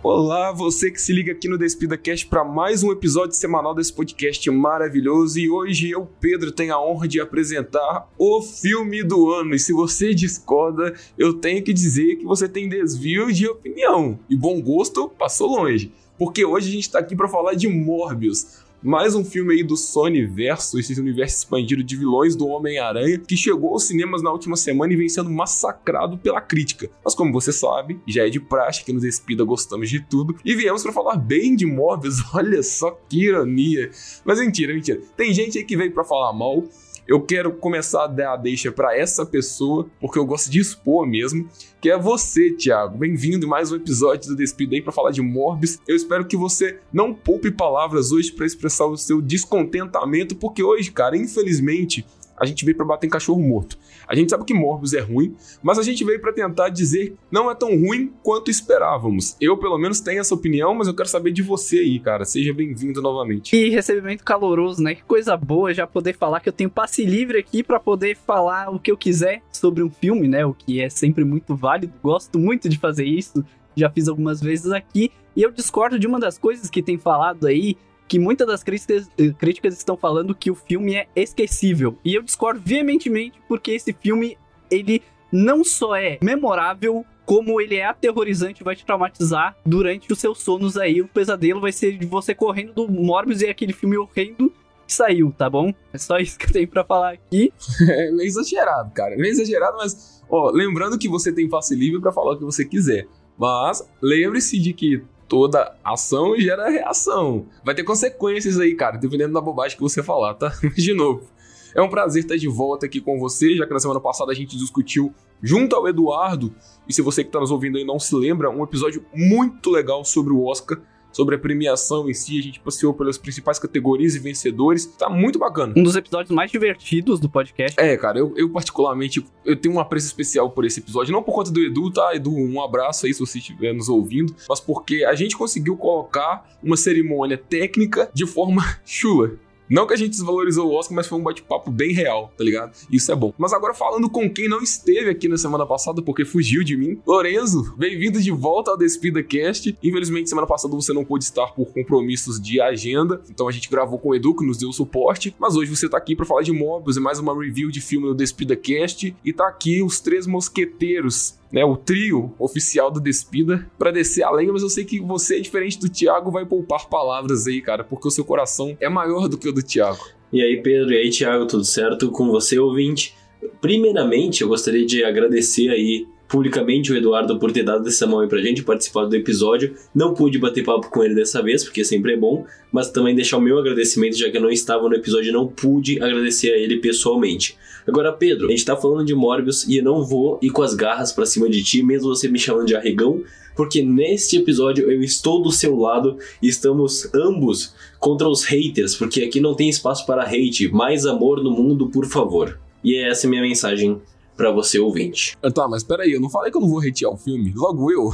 Olá, você que se liga aqui no DespidaCast para mais um episódio semanal desse podcast maravilhoso. E hoje eu, Pedro, tenho a honra de apresentar o filme do ano. E se você discorda, eu tenho que dizer que você tem desvio de opinião. E bom gosto passou longe. Porque hoje a gente está aqui para falar de Morbius. Mais um filme aí do Sonyverso, esse universo expandido de vilões do Homem-Aranha, que chegou aos cinemas na última semana e vem sendo massacrado pela crítica. Mas como você sabe, já é de praxe que nos Despida gostamos de tudo, e viemos para falar bem de Morbius. Olha só que ironia. Mas mentira. Tem gente aí que veio para falar mal. Eu quero começar a dar a deixa para essa pessoa, porque eu gosto de expor mesmo, que é você, Thiago. Bem-vindo em mais um episódio do Despida aí para falar de Morbius. Eu espero que você não poupe palavras hoje para expressar o seu descontentamento, porque hoje, cara, infelizmente, a gente veio pra bater em cachorro morto. A gente sabe que Morbius é ruim, mas a gente veio pra tentar dizer que não é tão ruim quanto esperávamos. Eu, pelo menos, tenho essa opinião, mas eu quero saber de você aí, cara. Seja bem-vindo novamente. E recebimento caloroso, né? Que coisa boa já poder falar que eu tenho passe livre aqui pra poder falar o que eu quiser sobre um filme, né? O que é sempre muito válido. Gosto muito de fazer isso. Já fiz algumas vezes aqui. E eu discordo de uma das coisas que tem falado aí, que muitas das críticas estão falando que o filme é esquecível. E eu discordo veementemente porque esse filme, ele não só é memorável, como ele é aterrorizante, vai te traumatizar durante os seus sonos aí. O pesadelo vai ser de você correndo do Morbius e aquele filme horrendo que saiu, tá bom? É só isso que eu tenho pra falar aqui. É meio exagerado, cara. Meio exagerado, mas ó, lembrando que você tem passe livre pra falar o que você quiser. Mas lembre-se de que toda ação gera reação. Vai ter consequências aí, cara, dependendo da bobagem que você falar, tá? De novo, é um prazer estar de volta aqui com você, já que na semana passada a gente discutiu junto ao Eduardo, e se você que tá nos ouvindo aí não se lembra, um episódio muito legal sobre o Oscar, sobre a premiação em si. A gente passeou pelas principais categorias e vencedores. Tá muito bacana. Um dos episódios mais divertidos do podcast. É, cara, eu particularmente, eu tenho um apreço especial por esse episódio. Não por conta do Edu, tá? Edu, um abraço aí se você estiver nos ouvindo. Mas porque a gente conseguiu colocar uma cerimônia técnica de forma chula. Não que a gente desvalorizou o Oscar, mas foi um bate-papo bem real, tá ligado? Isso é bom. Mas agora falando com quem não esteve aqui na semana passada, porque fugiu de mim. Lorenzo, bem-vindo de volta ao DespidaCast. Infelizmente, semana passada você não pôde estar por compromissos de agenda, então a gente gravou com o Edu, que nos deu o suporte. Mas hoje você tá aqui pra falar de Morbius e mais uma review de filme no DespidaCast. E tá aqui os três mosqueteiros, né, o trio oficial do Despida, pra descer a lenha. Mas eu sei que você, diferente do Thiago, vai poupar palavras aí, cara, porque o seu coração é maior do que o do Thiago. E aí, Pedro, e aí, Thiago, tudo certo com você, ouvinte? Primeiramente, eu gostaria de agradecer aí publicamente o Eduardo por ter dado essa mão aí pra gente, participar do episódio. Não pude bater papo com ele dessa vez, porque sempre é bom, mas também deixar o meu agradecimento, já que eu não estava no episódio e não pude agradecer a ele pessoalmente. Agora, Pedro, a gente tá falando de Morbius e eu não vou ir com as garras pra cima de ti, mesmo você me chamando de arregão, porque neste episódio eu estou do seu lado e estamos ambos contra os haters, porque aqui não tem espaço para hate. Mais amor no mundo, por favor. E essa é a minha mensagem pra você, ouvinte. Tá, mas peraí, eu não falei que eu não vou hatear o filme. Logo eu.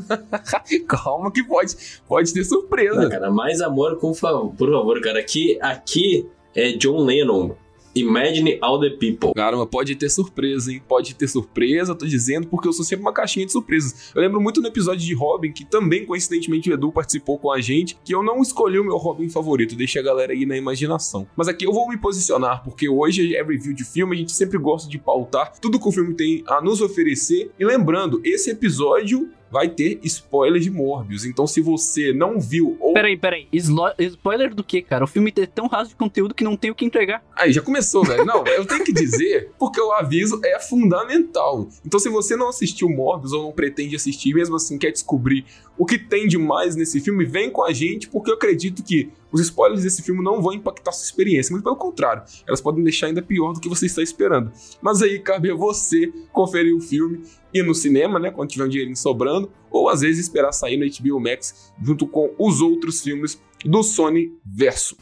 Calma que pode ter surpresa. Não, cara, mais amor, por favor, cara. Aqui é John Lennon. Imagine all the people. Caramba, pode ter surpresa, hein? Pode ter surpresa, tô dizendo, porque eu sou sempre uma caixinha de surpresas. Eu lembro muito no episódio de Robin, que também, coincidentemente, o Edu participou com a gente, que eu não escolhi o meu Robin favorito, deixei a galera aí na imaginação. Mas aqui eu vou me posicionar, porque hoje é review de filme, a gente sempre gosta de pautar tudo que o filme tem a nos oferecer. E lembrando, esse episódio vai ter spoiler de Morbius. Então, se você não viu ou... Peraí. Spoiler do quê, cara? O filme é tão raso de conteúdo que não tem o que entregar. Aí, já começou, velho. Não, eu tenho que dizer, porque o aviso é fundamental. Então, se você não assistiu Morbius ou não pretende assistir, mesmo assim quer descobrir o que tem de mais nesse filme, vem com a gente, porque eu acredito que os spoilers desse filme não vão impactar sua experiência, muito pelo contrário, elas podem deixar ainda pior do que você está esperando. Mas aí cabe a você conferir o filme, ir no cinema, né, quando tiver um dinheirinho sobrando, ou às vezes esperar sair no HBO Max junto com os outros filmes do Sonyverso.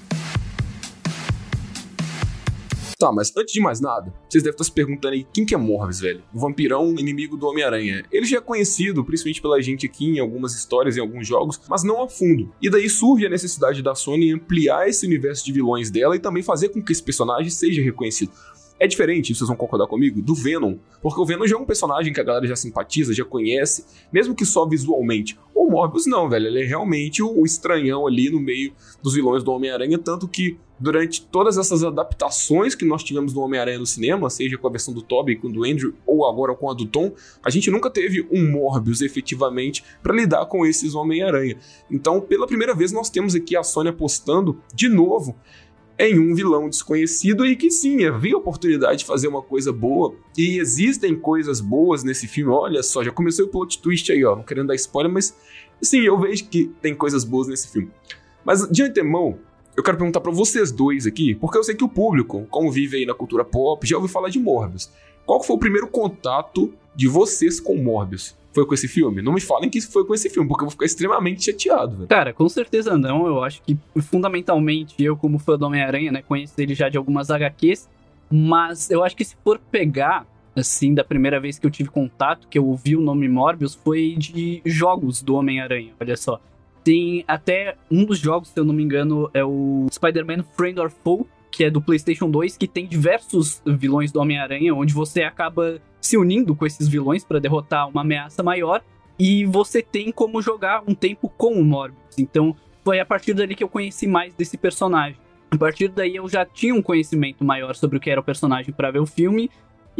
Tá, mas antes de mais nada, vocês devem estar se perguntando aí quem que é Morbius, velho? O vampirão inimigo do Homem-Aranha. Ele já é conhecido, principalmente pela gente aqui em algumas histórias, em alguns jogos, mas não a fundo. E daí surge a necessidade da Sony ampliar esse universo de vilões dela e também fazer com que esse personagem seja reconhecido. É diferente, vocês vão concordar comigo, do Venom, porque o Venom já é um personagem que a galera já simpatiza, já conhece, mesmo que só visualmente. O Morbius não, velho, ele é realmente o estranhão ali no meio dos vilões do Homem-Aranha, tanto que durante todas essas adaptações que nós tivemos do Homem-Aranha no cinema, seja com a versão do Tobey, com a do Andrew, ou agora com a do Tom, a gente nunca teve um Morbius efetivamente para lidar com esses Homem-Aranha. Então, pela primeira vez, nós temos aqui a Sony apostando de novo em um vilão desconhecido e que sim, havia oportunidade de fazer uma coisa boa, e existem coisas boas nesse filme. Olha só, já começou o plot twist aí, ó, não querendo dar spoiler, mas sim, eu vejo que tem coisas boas nesse filme. Mas de antemão, eu quero perguntar pra vocês dois aqui, porque eu sei que o público, como vive aí na cultura pop, já ouviu falar de Morbius. Qual foi o primeiro contato de vocês com Morbius? Foi com esse filme? Não me falem que foi com esse filme, porque eu vou ficar extremamente chateado, velho. Cara, com certeza não. Eu acho que, fundamentalmente, eu como fã do Homem-Aranha, né, conheço ele já de algumas HQs, mas eu acho que se for pegar, assim, da primeira vez que eu tive contato, que eu ouvi o nome Morbius, foi de jogos do Homem-Aranha, olha só. Tem até um dos jogos, se eu não me engano, é o Spider-Man Friend or Foe, que é do PlayStation 2, que tem diversos vilões do Homem-Aranha, onde você acaba se unindo com esses vilões para derrotar uma ameaça maior, e você tem como jogar um tempo com o Morbius. Então, foi a partir dali que eu conheci mais desse personagem. A partir daí, eu já tinha um conhecimento maior sobre o que era o personagem para ver o filme,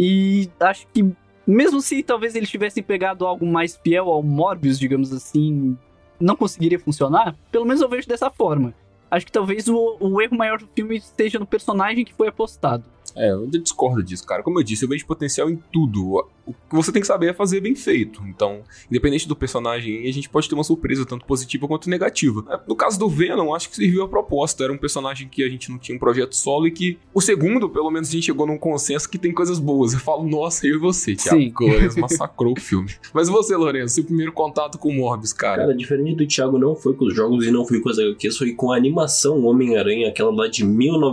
e acho que, mesmo se talvez eles tivessem pegado algo mais fiel ao Morbius, digamos assim, não conseguiria funcionar, pelo menos eu vejo dessa forma. Acho que talvez o erro maior do filme esteja no personagem que foi apostado. Eu discordo disso, cara. Como eu disse, eu vejo potencial em tudo. O que você tem que saber é fazer bem feito. Então, independente do personagem, a gente pode ter uma surpresa tanto positiva quanto negativa. No caso do Venom, acho que serviu a proposta. Era um personagem que a gente não tinha um projeto solo e que o segundo, pelo menos, a gente chegou num consenso que tem coisas boas. Eu falo, nossa, eu e você, Thiago Góes massacrou o filme. Mas você, Lourenço, seu primeiro contato com o Morbius, cara? Cara, diferente do Thiago, não foi com os jogos e não foi com as HQs, foi com a animação Homem-Aranha, aquela lá de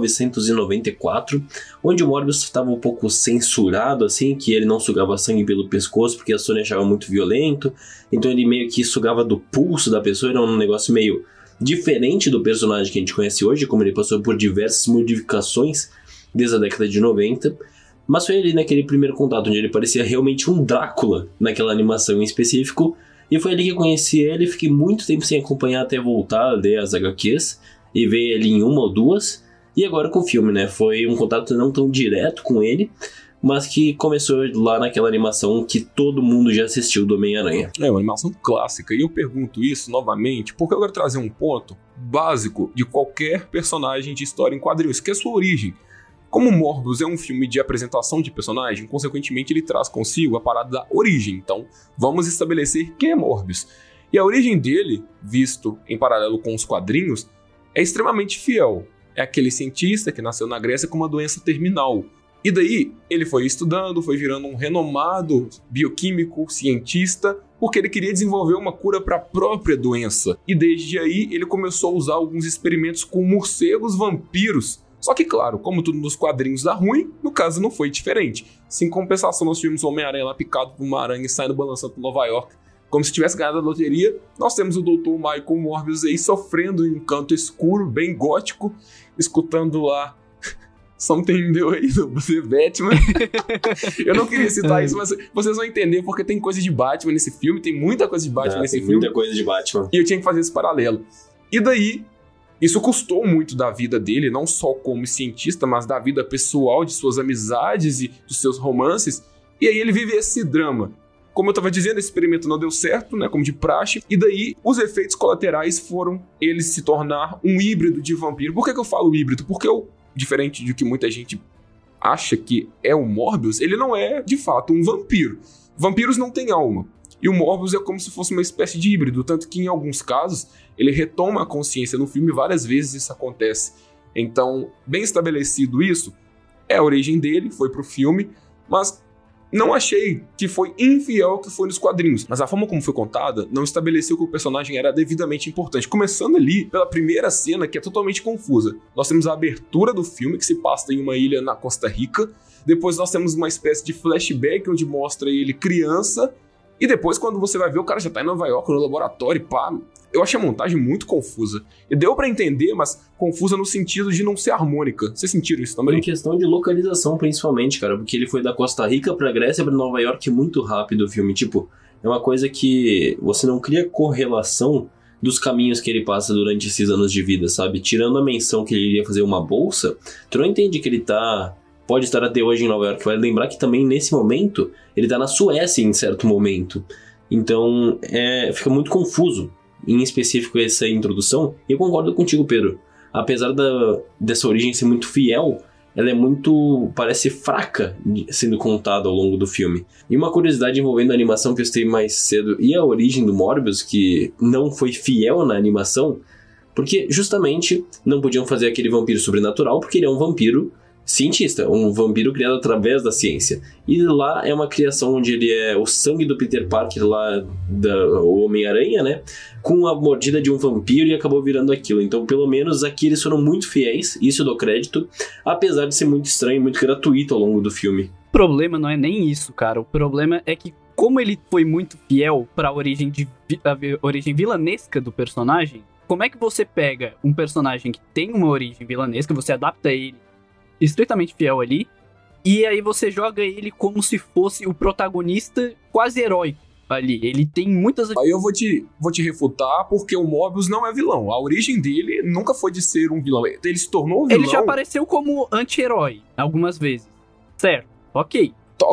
1994, onde o Morbius estava um pouco censurado, assim, que ele não sugava sangue pelo pescoço, porque a Sony achava muito violento, então ele meio que sugava do pulso da pessoa, era um negócio meio diferente do personagem que a gente conhece hoje, como ele passou por diversas modificações desde a década de 90, mas foi ali naquele primeiro contato, onde ele parecia realmente um Drácula naquela animação em específico, e foi ali que eu conheci ele, fiquei muito tempo sem acompanhar até voltar a ler as HQs, e ver ele em uma ou duas, e agora com o filme, né? Foi um contato não tão direto com ele, mas que começou lá naquela animação que todo mundo já assistiu do Homem-Aranha. É uma animação clássica, e eu pergunto isso novamente porque eu quero trazer um ponto básico de qualquer personagem de história em quadrinhos, que é a sua origem. Como Morbius é um filme de apresentação de personagem, consequentemente ele traz consigo a parada da origem. Então, vamos estabelecer quem é Morbius. E a origem dele, visto em paralelo com os quadrinhos, é extremamente fiel. É aquele cientista que nasceu na Grécia com uma doença terminal. E daí, ele foi estudando, foi virando um renomado bioquímico, cientista, porque ele queria desenvolver uma cura para a própria doença. E desde aí, ele começou a usar alguns experimentos com morcegos vampiros. Só que, claro, como tudo nos quadrinhos dá ruim, no caso não foi diferente. Se em compensação nós tivemos o Homem-Aranha lá picado por uma aranha e saindo balançando por Nova York, como se tivesse ganhado a loteria, nós temos o Dr. Michael Morbius aí sofrendo em um canto escuro, bem gótico, escutando lá Something in the Way do Batman. Eu não queria citar isso, mas vocês vão entender porque tem coisa de Batman nesse filme, tem muita coisa de Batman nesse filme. Muita coisa de Batman. E eu tinha que fazer esse paralelo. E daí, isso custou muito da vida dele, não só como cientista, mas da vida pessoal, de suas amizades e dos seus romances. E aí ele vive esse drama. Como eu estava dizendo, esse experimento não deu certo, né, como de praxe, e daí os efeitos colaterais foram ele se tornar um híbrido de vampiro. Por que eu falo híbrido? Porque diferente do que muita gente acha que é o Morbius, ele não é, de fato, um vampiro. Vampiros não têm alma. E o Morbius é como se fosse uma espécie de híbrido, tanto que em alguns casos ele retoma a consciência no filme, várias vezes isso acontece. Então, bem estabelecido isso, é a origem dele, foi pro filme, mas não achei que foi infiel ao que foi nos quadrinhos, mas a forma como foi contada não estabeleceu que o personagem era devidamente importante. Começando ali pela primeira cena, que é totalmente confusa. Nós temos a abertura do filme, que se passa em uma ilha na Costa Rica. Depois nós temos uma espécie de flashback, onde mostra ele criança. E depois, quando você vai ver, o cara já tá em Nova York, no laboratório, pá. Eu achei a montagem muito confusa. E deu pra entender, mas confusa no sentido de não ser harmônica. Vocês sentiram isso também? Em questão de localização, principalmente, cara. Porque ele foi da Costa Rica pra Grécia pra Nova York muito rápido o filme. Tipo, é uma coisa que você não cria correlação dos caminhos que ele passa durante esses anos de vida, sabe? Tirando a menção que ele iria fazer uma bolsa, tu não entende que ele pode estar até hoje em Nova York. Vai lembrar que também, nesse momento, ele tá na Suécia em certo momento. Então, fica muito confuso, em específico, essa introdução. E eu concordo contigo, Pedro. Apesar dessa origem ser muito fiel, ela é muito, parece fraca sendo contada ao longo do filme. E uma curiosidade envolvendo a animação que eu citei mais cedo e a origem do Morbius, que não foi fiel na animação, porque justamente não podiam fazer aquele vampiro sobrenatural, porque ele é um vampiro cientista, um vampiro criado através da ciência. E lá é uma criação onde ele é o sangue do Peter Parker, lá o Homem-Aranha, né? Com a mordida de um vampiro e acabou virando aquilo. Então, pelo menos aqui eles foram muito fiéis, isso eu dou crédito, apesar de ser muito estranho e muito gratuito ao longo do filme. O problema não é nem isso, cara. O problema é que, como ele foi muito fiel pra origem vilanesca do personagem, como é que você pega um personagem que tem uma origem vilanesca, você adapta ele estritamente fiel ali, e aí você joga ele como se fosse o protagonista quase heróico ali. Ele tem muitas... Aí eu vou te refutar, porque o Morbius não é vilão. A origem dele nunca foi de ser um vilão. Ele se tornou um vilão... Ele já apareceu como anti-herói algumas vezes. Certo, ok.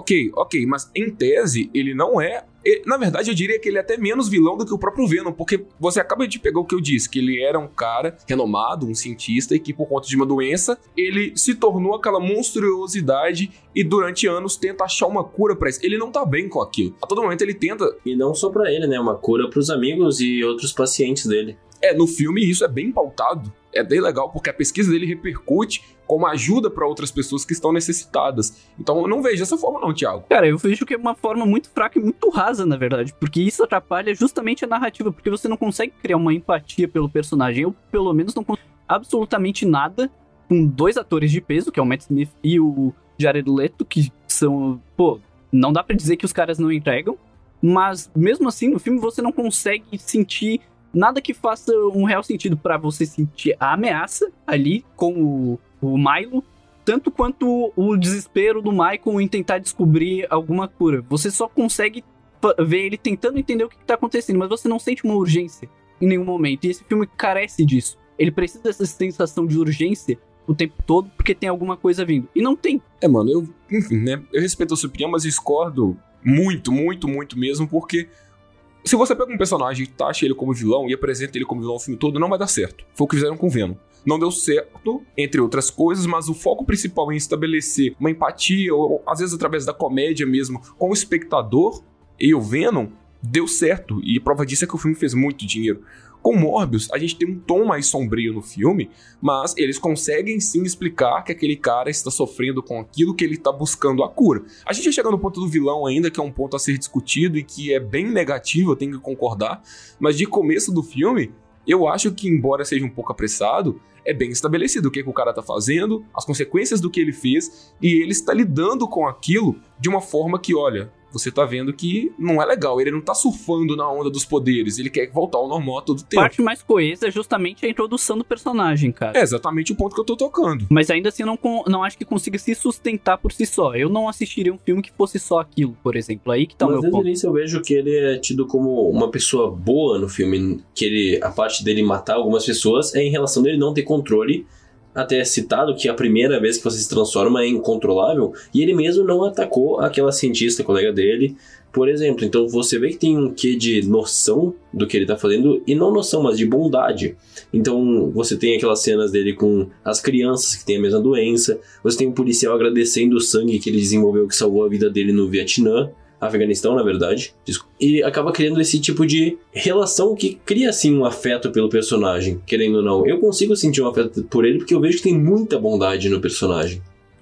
Ok, mas em tese ele não é... Na verdade, eu diria que ele é até menos vilão do que o próprio Venom, porque você acaba de pegar o que eu disse, que ele era um cara renomado, um cientista, e que por conta de uma doença, ele se tornou aquela monstruosidade e durante anos tenta achar uma cura pra isso. Ele não tá bem com aquilo. A todo momento ele tenta... E não só pra ele, né? Uma cura pros amigos e outros pacientes dele. No filme isso é bem pautado. É bem legal, porque a pesquisa dele repercute como ajuda para outras pessoas que estão necessitadas. Então eu não vejo dessa forma não, Thiago. Cara, eu vejo que é uma forma muito fraca e muito rasa, na verdade. Porque isso atrapalha justamente a narrativa. Porque você não consegue criar uma empatia pelo personagem. Eu, pelo menos, não consigo absolutamente nada com dois atores de peso, que é o Matt Smith e o Jared Leto, que são... Pô, não dá pra dizer que os caras não entregam. Mas, mesmo assim, no filme você não consegue sentir... nada que faça um real sentido pra você sentir a ameaça ali com o Milo, tanto quanto o desespero do Michael em tentar descobrir alguma cura. Você só consegue ver ele tentando entender o que tá acontecendo, mas você não sente uma urgência em nenhum momento. E esse filme carece disso. Ele precisa dessa sensação de urgência o tempo todo, porque tem alguma coisa vindo. E não tem. Mano, enfim, né? Eu respeito a sua opinião, mas discordo muito mesmo, porque... se você pega um personagem e taxa ele como vilão e apresenta ele como vilão o filme todo, não vai dar certo. Foi o que fizeram com o Venom. Não deu certo, entre outras coisas, mas o foco principal em estabelecer uma empatia, ou às vezes através da comédia mesmo, com o espectador e o Venom, deu certo. E prova disso é que o filme fez muito dinheiro. Com Morbius, a gente tem um tom mais sombrio no filme, mas eles conseguem sim explicar que aquele cara está sofrendo com aquilo, que ele está buscando a cura. A gente já chega no ponto do vilão ainda, que é um ponto a ser discutido e que é bem negativo, eu tenho que concordar, mas de começo do filme, eu acho que, embora seja um pouco apressado, é bem estabelecido o que o cara tá fazendo, as consequências do que ele fez, e ele está lidando com aquilo de uma forma que, olha... você tá vendo que não é legal, ele não tá surfando na onda dos poderes, ele quer voltar ao normal a todo tempo. A parte mais coesa é justamente a introdução do personagem, cara. É exatamente o ponto que eu tô tocando. Mas ainda assim eu não acho que consiga se sustentar por si só. Eu não assistiria um filme que fosse só aquilo, por exemplo. Aí que tá o meu ponto. Mas desde o início eu vejo que ele é tido como uma pessoa boa no filme, que a parte dele matar algumas pessoas é em relação dele não ter controle. Até é citado que a primeira vez que você se transforma é incontrolável, e ele mesmo não atacou aquela cientista, colega dele, por exemplo. Então você vê que tem um quê de noção do que ele tá fazendo, e não noção, mas de bondade. Então você tem aquelas cenas dele com as crianças que têm a mesma doença, você tem um policial agradecendo o sangue que ele desenvolveu, que salvou a vida dele no Vietnã, Afeganistão, na verdade, e acaba criando esse tipo de relação que cria, assim, um afeto pelo personagem, querendo ou não. Eu consigo sentir um afeto por ele porque eu vejo que tem muita bondade no personagem.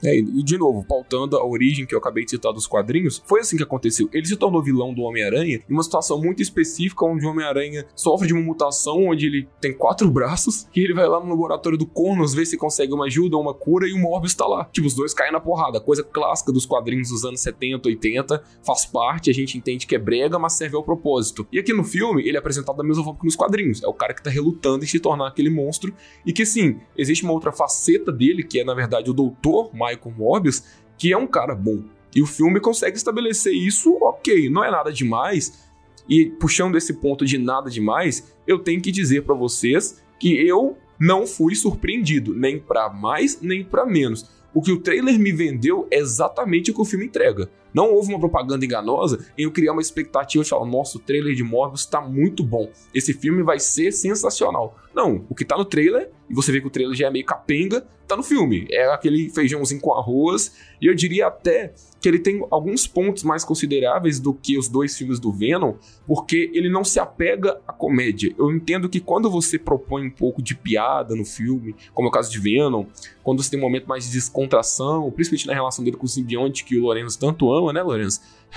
E de novo, pautando a origem que eu acabei de citar dos quadrinhos, foi assim que aconteceu. Ele se tornou vilão do Homem-Aranha em uma situação muito específica, onde o Homem-Aranha sofre de uma mutação, onde ele tem 4 braços, e ele vai lá no laboratório do Cronos ver se consegue uma ajuda, uma cura, e o Morbius tá lá. Tipo, os dois caem na porrada. Coisa clássica dos quadrinhos dos anos 70, 80, faz parte, a gente entende que é brega, mas serve ao propósito. E aqui no filme, ele é apresentado da mesma forma que nos quadrinhos. É o cara que tá relutando em se tornar aquele monstro, e que sim, existe uma outra faceta dele, que é na verdade o Dr. Michael Morbius, que é um cara bom. E o filme consegue estabelecer isso, ok, não é nada demais. E puxando esse ponto de nada demais, eu tenho que dizer pra vocês que eu não fui surpreendido, nem pra mais, nem pra menos. O que o trailer me vendeu é exatamente o que o filme entrega. Não houve uma propaganda enganosa em eu criar uma expectativa de falar, nossa, o trailer de Morbius tá muito bom, esse filme vai ser sensacional. Não, o que tá no trailer, e você vê que o trailer já é meio capenga, tá no filme. É aquele feijãozinho com arroz, e eu diria até que ele tem alguns pontos mais consideráveis do que os 2 filmes do Venom, porque ele não se apega à comédia. Eu entendo que quando você propõe um pouco de piada no filme, como é o caso de Venom, quando você tem um momento mais de descontração, principalmente na relação dele com o simbionte, que o Lorenzo tanto ama, né, Lorenzo?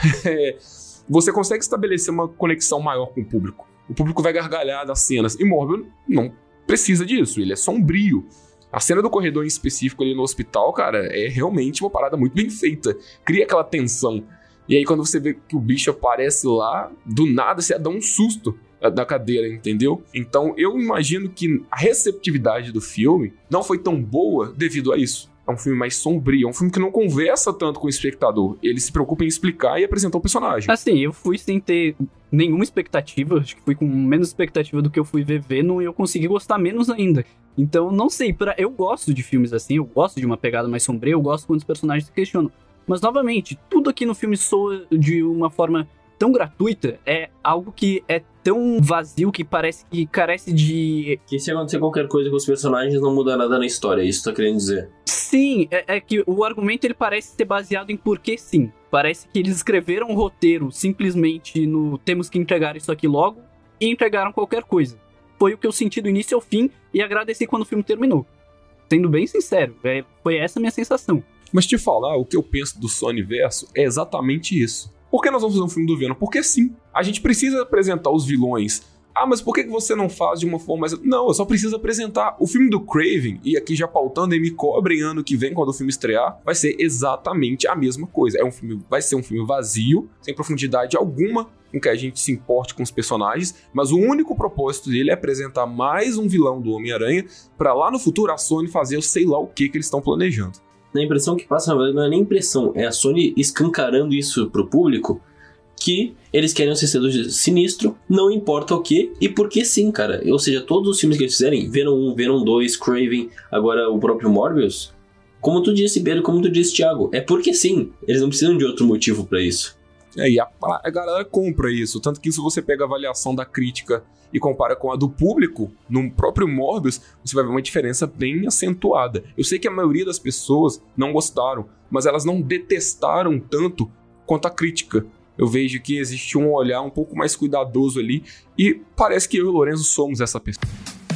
Você consegue estabelecer uma conexão maior com o público. O público vai gargalhar das cenas. E Morbius não precisa disso, ele é sombrio. A cena do corredor em específico ali no hospital, cara, é realmente uma parada muito bem feita. Cria aquela tensão. E aí quando você vê que o bicho aparece lá, do nada você dá um susto da cadeira, entendeu? Então eu imagino que a receptividade do filme não foi tão boa devido a isso. É um filme mais sombrio, é um filme que não conversa tanto com o espectador. Ele se preocupa em explicar e apresentar o personagem. Assim, eu fui sem ter nenhuma expectativa, acho que fui com menos expectativa do que eu fui ver Venom e eu consegui gostar menos ainda. Então, não sei, eu gosto de filmes assim, eu gosto de uma pegada mais sombria, eu gosto quando os personagens se questionam. Mas, novamente, tudo aqui no filme soa de uma forma tão gratuita, é algo que é tão vazio que parece que carece de... Que se acontecer qualquer coisa com os personagens não muda nada na história, é isso que tu tá querendo dizer? Sim, é que o argumento ele parece ser baseado em porque sim. Parece que eles escreveram o roteiro simplesmente no temos que entregar isso aqui logo e entregaram qualquer coisa. Foi o que eu senti do início ao fim e agradeci quando o filme terminou. Sendo bem sincero, foi essa a minha sensação. Mas te falar, o que eu penso do Sonyverso é exatamente isso. Por que nós vamos fazer um filme do Venom? Porque sim, a gente precisa apresentar os vilões. Ah, mas por que você não faz de uma forma mais... Não, eu só preciso apresentar. O filme do Craven, e aqui já pautando, e me cobrem ano que vem, quando o filme estrear, vai ser exatamente a mesma coisa. Vai ser um filme vazio, sem profundidade alguma, com que a gente se importe com os personagens, mas o único propósito dele é apresentar mais um vilão do Homem-Aranha, pra lá no futuro a Sony fazer eu sei lá o que eles estão planejando. A impressão que passa, na verdade, não é nem impressão, é a Sony escancarando isso pro público, que eles querem um sucessor sinistro, não importa o que e porque sim, cara. Ou seja, todos os filmes que eles fizerem, Venom 1, Venom 2, Craven, agora o próprio Morbius, como tu disse, Pedro, como tu disse, Thiago, é porque sim, eles não precisam de outro motivo pra isso. E a galera compra isso, tanto que se você pega a avaliação da crítica e compara com a do público, no próprio Morbius, você vai ver uma diferença bem acentuada. Eu sei que a maioria das pessoas não gostaram, mas elas não detestaram tanto quanto a crítica. Eu vejo que existe um olhar um pouco mais cuidadoso ali, e parece que eu e o Lorenzo somos essa pessoa.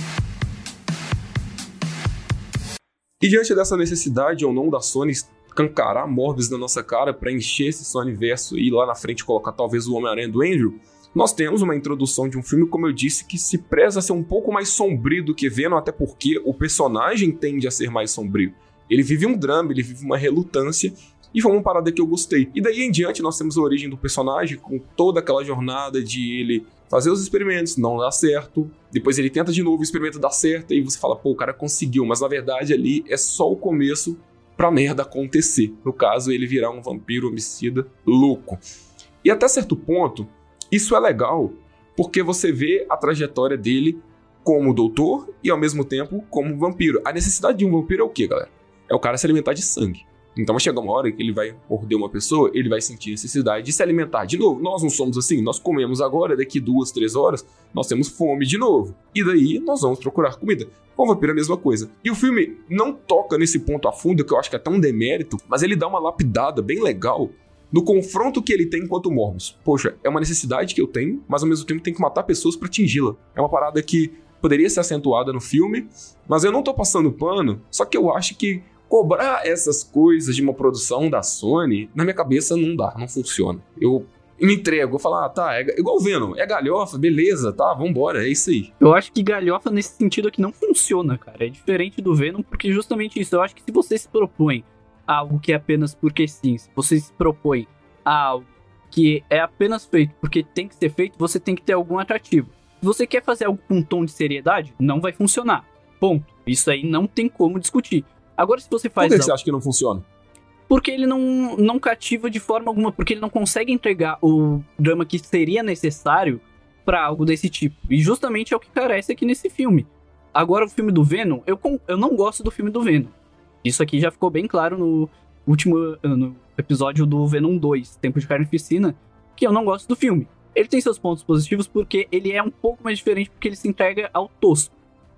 E diante dessa necessidade ou não da Sony escancarar Morbius na nossa cara para encher esse Sonyverso e ir lá na frente colocar talvez o Homem-Aranha do Andrew, nós temos uma introdução de um filme, como eu disse, que se preza a ser um pouco mais sombrio do que Venom, até porque o personagem tende a ser mais sombrio. Ele vive um drama, ele vive uma relutância, e foi uma parada que eu gostei. E daí em diante nós temos a origem do personagem, com toda aquela jornada de ele fazer os experimentos, não dá certo, depois ele tenta de novo, o experimento dá certo, e você fala, pô, o cara conseguiu, mas na verdade ali é só o começo pra merda acontecer. No caso, ele virar um vampiro homicida louco. E até certo ponto, isso é legal, porque você vê a trajetória dele como doutor e ao mesmo tempo como vampiro. A necessidade de um vampiro é o quê, galera? É o cara se alimentar de sangue. Então vai chegar uma hora que ele vai morder uma pessoa, ele vai sentir necessidade de se alimentar de novo. Nós não somos assim, nós comemos agora, daqui 2, 3 horas, nós temos fome de novo. E daí nós vamos procurar comida. Com o vampiro é a mesma coisa. E o filme não toca nesse ponto a fundo, que eu acho que é tão demérito, mas ele dá uma lapidada bem legal no confronto que ele tem enquanto Morbius. Poxa, é uma necessidade que eu tenho, mas ao mesmo tempo tem que matar pessoas pra atingi-la. É uma parada que poderia ser acentuada no filme, mas eu não tô passando pano, só que eu acho que cobrar essas coisas de uma produção da Sony, na minha cabeça não dá, não funciona. Eu me entrego, eu falo, tá, é igual o Venom, é galhofa, beleza, tá, vambora, é isso aí. Eu acho que galhofa nesse sentido aqui não funciona, cara. É diferente do Venom, porque justamente isso. Eu acho que se você se propõe a algo que é apenas porque sim, se você se propõe a algo que é apenas feito porque tem que ser feito, você tem que ter algum atrativo. Se você quer fazer algo com um tom de seriedade, não vai funcionar. Ponto. Isso aí não tem como discutir. Agora, se você faz Por que você acha que não funciona? Porque ele não cativa de forma alguma, porque ele não consegue entregar o drama que seria necessário pra algo desse tipo. E justamente é o que carece aqui nesse filme. Agora, o filme do Venom, eu não gosto do filme do Venom. Isso aqui já ficou bem claro no episódio do Venom 2, Tempo de Carnificina, que eu não gosto do filme. Ele tem seus pontos positivos porque ele é um pouco mais diferente, porque ele se entrega ao tosco.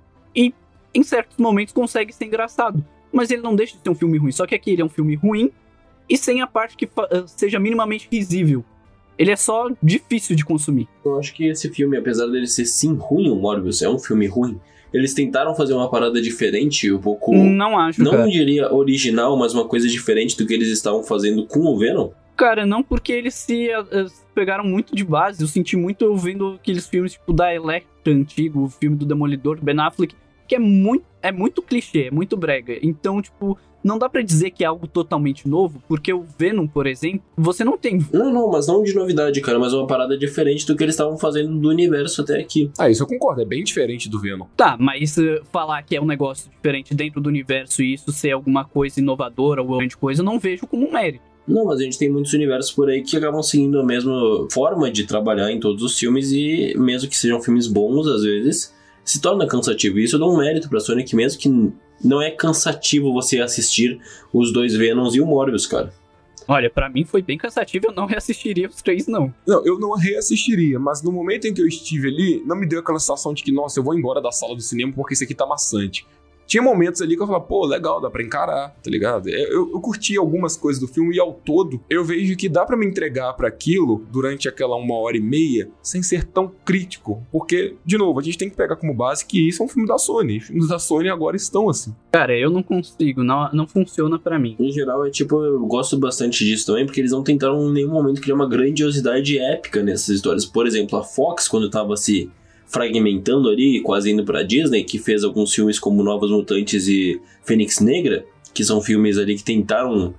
E, em certos momentos, consegue ser engraçado. Mas ele não deixa de ser um filme ruim. Só que aqui ele é um filme ruim e sem a parte que seja minimamente risível. Ele é só difícil de consumir. Eu acho que esse filme, apesar dele ser sim ruim, o Morbius é um filme ruim, eles tentaram fazer uma parada diferente, um pouco... Não acho, não cara. diria original, mas uma coisa diferente do que eles estavam fazendo com o Venom. Cara, não, porque eles se pegaram muito de base. Eu senti muito vendo aqueles filmes tipo da Elektra antigo, o filme do Demolidor, do Ben Affleck, que é muito clichê, é muito brega. Então, tipo, não dá pra dizer que é algo totalmente novo, porque o Venom, por exemplo, você não tem... Não, mas não de novidade, cara, mas uma parada diferente do que eles estavam fazendo do universo até aqui. Isso eu concordo, é bem diferente do Venom. Tá, mas falar que é um negócio diferente dentro do universo e isso ser alguma coisa inovadora ou grande coisa, eu não vejo como um mérito. Não, mas a gente tem muitos universos por aí que acabam seguindo a mesma forma de trabalhar em todos os filmes e mesmo que sejam filmes bons, às vezes, se torna cansativo. E isso dá um mérito pra Sony, que mesmo que não é cansativo você assistir os dois Venoms e o Morbius, cara. Olha, pra mim foi bem cansativo, eu não reassistiria os três, não. Não, eu não reassistiria, mas no momento em que eu estive ali, não me deu aquela sensação de que, nossa, eu vou embora da sala do cinema porque isso aqui tá maçante. Tinha momentos ali que eu falava, pô, legal, dá pra encarar, tá ligado? Eu curti algumas coisas do filme e ao todo eu vejo que dá pra me entregar pra aquilo durante aquela 1h30 sem ser tão crítico. Porque, de novo, a gente tem que pegar como base que isso é um filme da Sony. Os filmes da Sony agora estão assim. Cara, eu não consigo, não funciona pra mim. Em geral, eu gosto bastante disso também, porque eles não tentaram em nenhum momento criar uma grandiosidade épica nessas histórias. Por exemplo, a Fox, quando tava se fragmentando ali, quase indo pra Disney, que fez alguns filmes como Novos Mutantes e Fênix Negra, que são filmes ali que tentaram...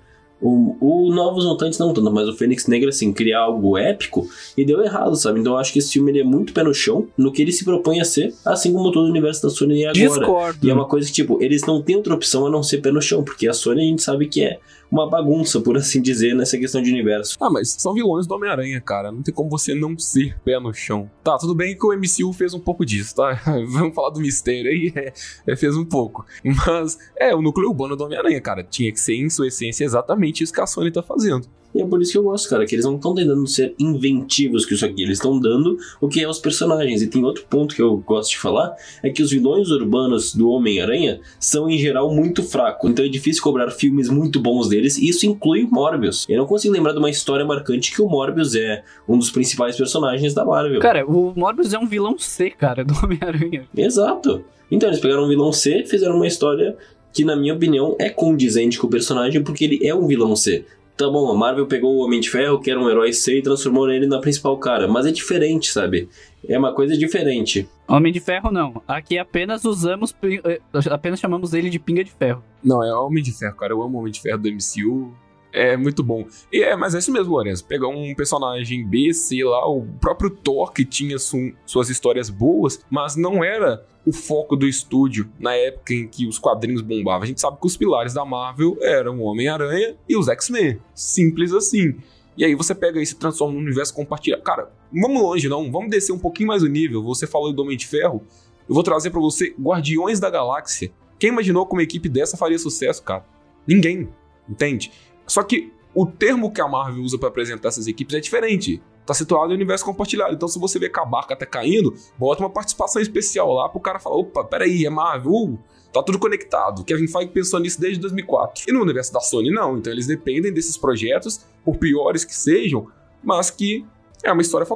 O Novos Mutantes não tanto, mas o Fênix Negra, assim, criar algo épico, e deu errado, sabe? Então eu acho que esse filme ele é muito pé no chão no que ele se propõe a ser, assim como todo o universo da Sony é agora. Discordo. E é uma coisa que, tipo, eles não têm outra opção a não ser pé no chão, porque a Sony a gente sabe que é uma bagunça, por assim dizer, nessa questão de universo. Mas são vilões do Homem-Aranha, cara. Não tem como você não ser pé no chão. Tá, tudo bem que o MCU fez um pouco disso, tá? Vamos falar do mistério aí. Fez um pouco. Mas, o núcleo urbano do Homem-Aranha, cara. Tinha que ser, em sua essência, exatamente isso que a Sony tá fazendo. E é por isso que eu gosto, cara, que eles não estão tentando ser inventivos com isso aqui, eles estão dando o que é os personagens. E tem outro ponto que eu gosto de falar, é que os vilões urbanos do Homem-Aranha são, em geral, muito fracos. Então é difícil cobrar filmes muito bons deles, e isso inclui o Morbius. Eu não consigo lembrar de uma história marcante que o Morbius é um dos principais personagens da Marvel. Cara, o Morbius é um vilão C, cara, do Homem-Aranha. Exato. Então eles pegaram um vilão C, fizeram uma história que, na minha opinião, é condizente com o personagem, porque ele é um vilão C. Tá bom, a Marvel pegou o Homem de Ferro, que era um herói C, e transformou ele na principal cara. Mas é diferente, sabe? É uma coisa diferente. Homem de Ferro, não. Aqui apenas apenas chamamos ele de Pinga de Ferro. Não, é Homem de Ferro, cara. Eu amo o Homem de Ferro do MCU. É muito bom. Mas é isso mesmo, Lourenço. Pegar um personagem B, sei lá, o próprio Thor, que tinha suas histórias boas, mas não era o foco do estúdio na época em que os quadrinhos bombavam. A gente sabe que os pilares da Marvel eram o Homem-Aranha e os X-Men. Simples assim. E aí você pega isso e transforma num universo compartilhado. Cara, vamos longe não, vamos descer um pouquinho mais o nível. Você falou do Homem de Ferro, eu vou trazer pra você Guardiões da Galáxia. Quem imaginou que uma equipe dessa faria sucesso, cara? Ninguém, entende? Só que o termo que a Marvel usa pra apresentar essas equipes é diferente. Tá situado no universo compartilhado. Então, se você vê que a barca tá caindo, bota uma participação especial lá pro cara falar: opa, peraí, é Marvel, tá tudo conectado. Kevin Feige pensou nisso desde 2004. E no universo da Sony, não. Então, eles dependem desses projetos, por piores que sejam, mas que é uma história focada.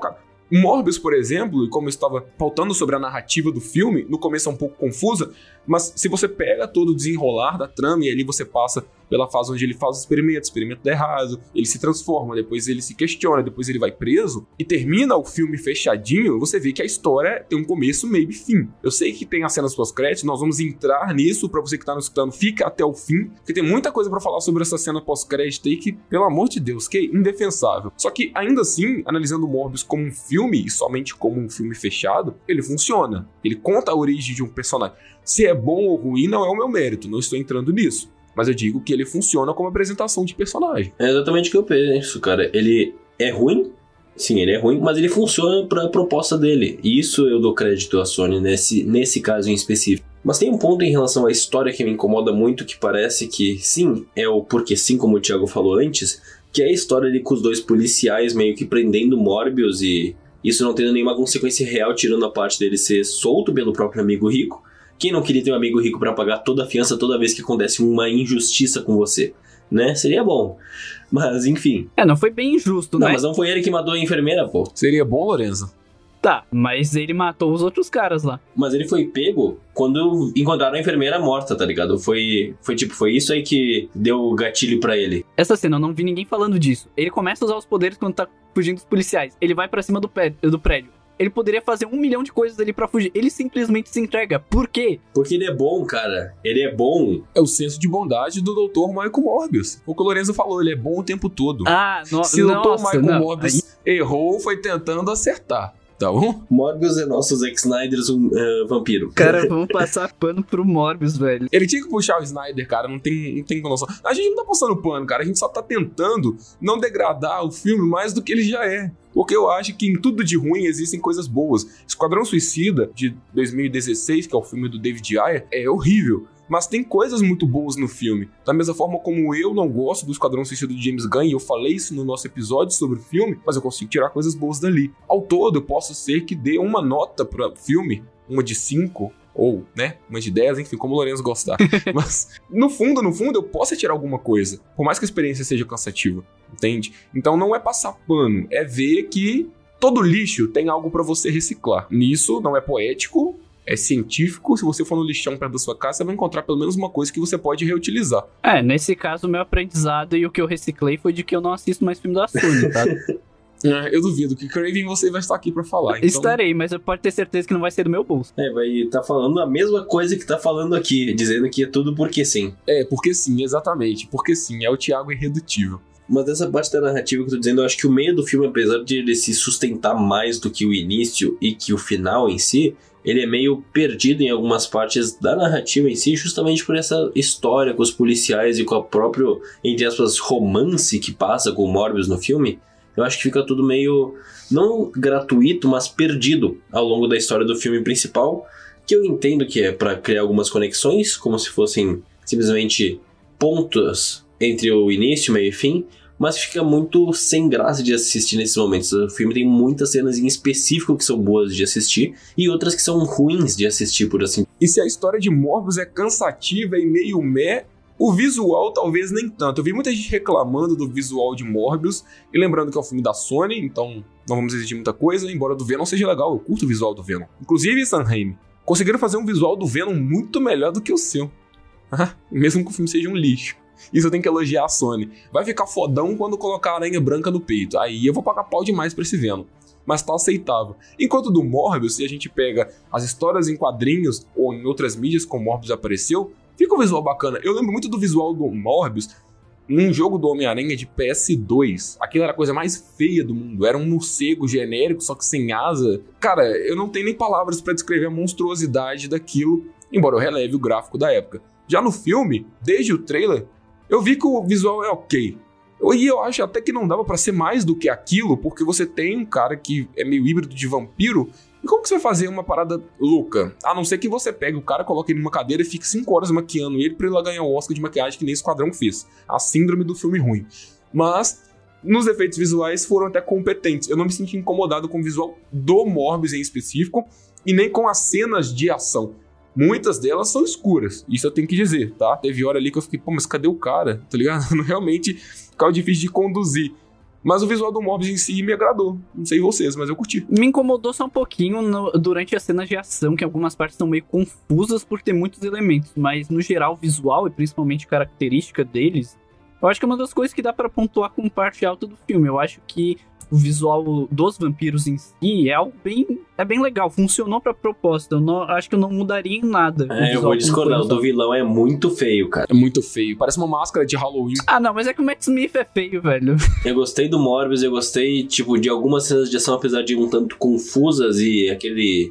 Morbius, por exemplo, e como eu estava pautando sobre a narrativa do filme, no começo é um pouco confusa, mas se você pega todo o desenrolar da trama e ali você passa pela fase onde ele faz o experimento dá errado, ele se transforma, depois ele se questiona, depois ele vai preso e termina o filme fechadinho, você vê que a história tem um começo, meio e fim. Eu sei que tem as cenas pós-créditos, nós vamos entrar nisso, pra você que tá nos escutando, fica até o fim, porque tem muita coisa pra falar sobre essa cena pós-crédito aí que, pelo amor de Deus, que é indefensável. Só que, ainda assim, analisando o Morbius como um filme, e somente como um filme fechado, ele funciona. Ele conta a origem de um personagem. Se é bom ou ruim, não é o meu mérito, não estou entrando nisso. Mas eu digo que ele funciona como apresentação de personagem. É exatamente o que eu penso, cara. Ele é ruim? Sim, ele é ruim, mas ele funciona pra proposta dele. E isso eu dou crédito à Sony nesse caso em específico. Mas tem um ponto em relação à história que me incomoda muito, que parece que, sim, é o porque sim, como o Thiago falou antes, que é a história ali com os dois policiais meio que prendendo Morbius e isso não tendo nenhuma consequência real, tirando a parte dele ser solto pelo próprio amigo rico. Quem não queria ter um amigo rico pra pagar toda a fiança toda vez que acontece uma injustiça com você, né? Seria bom. Mas, enfim. Não foi bem injusto, né? Não, mas não foi ele que matou a enfermeira, pô. Seria bom, Lorenzo? Tá, mas ele matou os outros caras lá. Mas ele foi pego quando encontraram a enfermeira morta, tá ligado? Foi isso aí que deu o gatilho pra ele. Essa cena, eu não vi ninguém falando disso. Ele começa a usar os poderes quando tá fugindo dos policiais. Ele vai pra cima do prédio. Ele poderia fazer 1 milhão de coisas ali pra fugir. Ele simplesmente se entrega. Por quê? Porque ele é bom, cara. Ele é bom. É o senso de bondade do Dr. Michael Morbius. O que o Lorenzo falou, ele é bom o tempo todo. Se o Dr. Michael Morbius errou, foi tentando acertar. Tá bom? Morbius é nosso Zack Snyder vampiro. Cara, vamos passar pano pro Morbius, velho. Ele tinha que puxar o Snyder, cara, não tem noção. A gente não tá passando pano, cara, a gente só tá tentando não degradar o filme mais do que ele já é. Porque eu acho que em tudo de ruim existem coisas boas. Esquadrão Suicida, de 2016, que é o filme do David Ayer, é horrível. Mas tem coisas muito boas no filme. Da mesma forma como eu não gosto do Esquadrão Suicida de James Gunn, e eu falei isso no nosso episódio sobre o filme, mas eu consigo tirar coisas boas dali. Ao todo, eu posso ser que dê uma nota para o filme, uma de 5, ou, né, uma de 10, enfim, como o Lorenzo gostar. Mas, no fundo, eu posso tirar alguma coisa, por mais que a experiência seja cansativa, entende? Então não é passar pano, é ver que todo lixo tem algo para você reciclar. Nisso não é poético, é científico. Se você for no lixão perto da sua casa, você vai encontrar pelo menos uma coisa que você pode reutilizar. Nesse caso, o meu aprendizado e o que eu reciclei foi de que eu não assisto mais filme da Sony, tá? Eu duvido que Craven você vai estar aqui pra falar. Então... Estarei, mas eu posso ter certeza que não vai ser do meu bolso. Vai estar falando a mesma coisa que tá falando aqui, dizendo que é tudo porque sim. Porque sim, exatamente. Porque sim, é o Thiago irredutível. Mas dessa parte da narrativa que eu tô dizendo, eu acho que o meio do filme, apesar de ele se sustentar mais do que o início e que o final em si, ele é meio perdido em algumas partes da narrativa em si, justamente por essa história com os policiais e com a própria, entre aspas, romance que passa com o Morbius no filme. Eu acho que fica tudo meio, não gratuito, mas perdido ao longo da história do filme principal, que eu entendo que é pra criar algumas conexões, como se fossem simplesmente pontos entre o início, meio e fim, mas fica muito sem graça de assistir nesses momentos. O filme tem muitas cenas em específico que são boas de assistir e outras que são ruins de assistir, por assim. E se a história de Morbius é cansativa e meio meh, o visual talvez nem tanto. Eu vi muita gente reclamando do visual de Morbius, e lembrando que é um filme da Sony, então não vamos exigir muita coisa, embora o do Venom seja legal, eu curto o visual do Venom. Inclusive, Sam Raimi, conseguiram fazer um visual do Venom muito melhor do que o seu. Mesmo que o filme seja um lixo. Isso eu tenho que elogiar a Sony. Vai ficar fodão quando colocar a aranha branca no peito. Aí eu vou pagar pau demais pra esse Venom. Mas tá aceitável. Enquanto do Morbius, se a gente pega as histórias em quadrinhos ou em outras mídias como Morbius apareceu, fica um visual bacana. Eu lembro muito do visual do Morbius num jogo do Homem-Aranha de PS2. Aquilo era a coisa mais feia do mundo. Era um morcego genérico, só que sem asa. Cara, eu não tenho nem palavras pra descrever a monstruosidade daquilo, embora eu releve o gráfico da época. Já no filme, desde o trailer, eu vi que o visual é ok. E eu acho até que não dava pra ser mais do que aquilo, porque você tem um cara que é meio híbrido de vampiro. E como que você vai fazer uma parada louca? A não ser que você pegue o cara, coloque ele numa cadeira e fique 5 horas maquiando ele pra ele ganhar o Oscar de maquiagem que nem Esquadrão fez. A síndrome do filme ruim. Mas, nos efeitos visuais foram até competentes. Eu não me senti incomodado com o visual do Morbius em específico, e nem com as cenas de ação. Muitas delas são escuras, isso eu tenho que dizer, tá? Teve hora ali que eu fiquei, mas cadê o cara? Tá ligado? Realmente ficava difícil de conduzir. Mas o visual do Morbius em si me agradou. Não sei vocês, mas eu curti. Me incomodou só um pouquinho durante as cenas de ação, que algumas partes são meio confusas por ter muitos elementos. Mas, no geral, o visual e principalmente a característica deles, eu acho que é uma das coisas que dá pra pontuar como parte alta do filme. Eu acho que o visual dos vampiros em si é algo bem legal, funcionou pra proposta. Acho que eu não mudaria em nada. Eu vou discordar, o do vilão é muito feio, cara. É muito feio, parece uma máscara de Halloween. Ah, não, mas é que o Matt Smith é feio, velho. Eu gostei do Morbius, eu gostei, tipo, de algumas cenas de ação, apesar de um tanto confusas, e aquele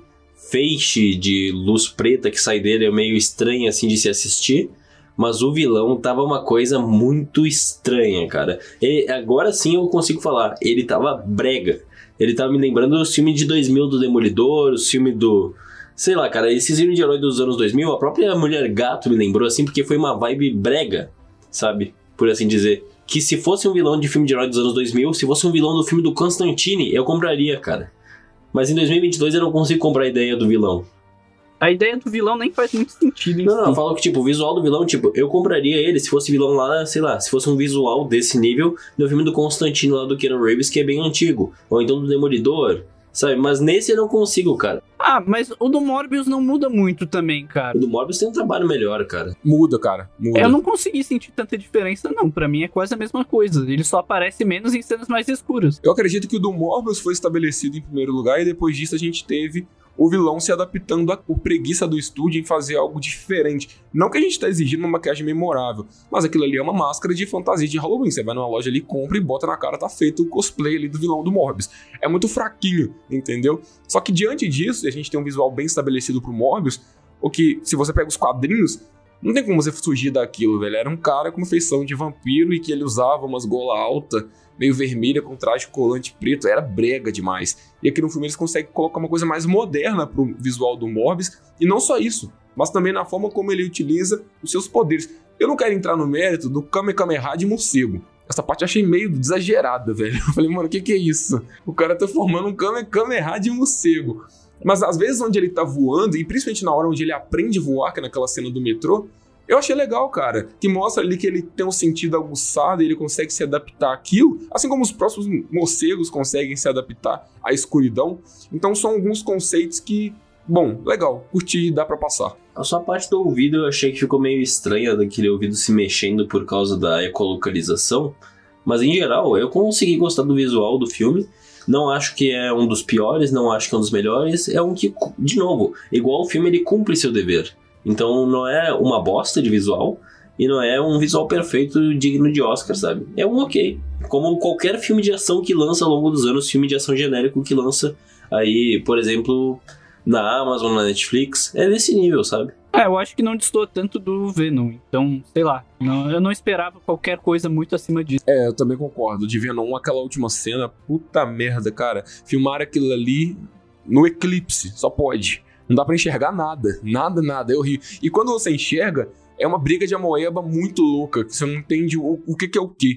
feixe de luz preta que sai dele é meio estranho, assim, de se assistir. Mas o vilão tava uma coisa muito estranha, cara. Agora sim eu consigo falar. Ele tava brega. Ele tava me lembrando do filme de 2000 do Demolidor, o filme do... Sei lá, cara, esses filmes de herói dos anos 2000, a própria Mulher Gato me lembrou, assim, porque foi uma vibe brega, sabe? Por assim dizer. Que se fosse um vilão de filme de herói dos anos 2000, se fosse um vilão do filme do Constantine, eu compraria, cara. Mas em 2022 eu não consigo comprar a ideia do vilão. A ideia do vilão nem faz muito sentido. Não, eu falo que, tipo, o visual do vilão, tipo, eu compraria ele se fosse vilão lá, sei lá, se fosse um visual desse nível no filme do Constantino lá do Keanu Reeves, que é bem antigo. Ou então do Demolidor, sabe? Mas nesse eu não consigo, cara. Ah, mas o do Morbius não muda muito também, cara. O do Morbius tem um trabalho melhor, cara. Muda, cara, muda. Eu não consegui sentir tanta diferença, não. Pra mim é quase a mesma coisa. Ele só aparece menos em cenas mais escuras. Eu acredito que o do Morbius foi estabelecido em primeiro lugar e depois disso a gente teve o vilão se adaptando por preguiça do estúdio em fazer algo diferente. Não que a gente tá exigindo uma maquiagem memorável, mas aquilo ali é uma máscara de fantasia de Halloween. Você vai numa loja ali, compra e bota na cara, tá feito o cosplay ali do vilão do Morbius. É muito fraquinho, entendeu? Só que diante disso, a gente tem um visual bem estabelecido pro Morbius, o que, se você pega os quadrinhos, não tem como você fugir daquilo, velho. Era um cara com feição de vampiro e que ele usava umas gola alta, meio vermelha, com traje colante preto. Era brega demais. E aqui no filme eles conseguem colocar uma coisa mais moderna pro visual do Morbius. E não só isso, mas também na forma como ele utiliza os seus poderes. Eu não quero entrar no mérito do Kamehameha de morcego. Essa parte eu achei meio exagerada, velho. Eu falei, mano, o que é isso? O cara tá formando um Kamehameha de morcego. Mas às vezes onde ele tá voando, e principalmente na hora onde ele aprende a voar, que é naquela cena do metrô, eu achei legal, cara, que mostra ali que ele tem um sentido aguçado e ele consegue se adaptar àquilo, assim como os próximos morcegos conseguem se adaptar à escuridão. Então são alguns conceitos que, bom, legal, curti e dá pra passar. A sua parte do ouvido eu achei que ficou meio estranha, daquele ouvido se mexendo por causa da ecolocalização, mas em geral eu consegui gostar do visual do filme. Não acho que é um dos piores, não acho que é um dos melhores, é um que, de novo, igual o filme, ele cumpre seu dever. Então não é uma bosta de visual e não é um visual perfeito digno de Oscar, sabe? É um ok. Como qualquer filme de ação que lança ao longo dos anos, filme de ação genérico que lança aí, por exemplo, na Amazon, na Netflix, é desse nível, sabe? Eu acho que não destoa tanto do Venom, então, sei lá, eu não esperava qualquer coisa muito acima disso. Eu também concordo, de Venom, aquela última cena, puta merda, cara, filmar aquilo ali no eclipse, só pode. Não dá pra enxergar nada, nada, é horrível. E quando você enxerga, é uma briga de amoeba muito louca, que você não entende o que é o que.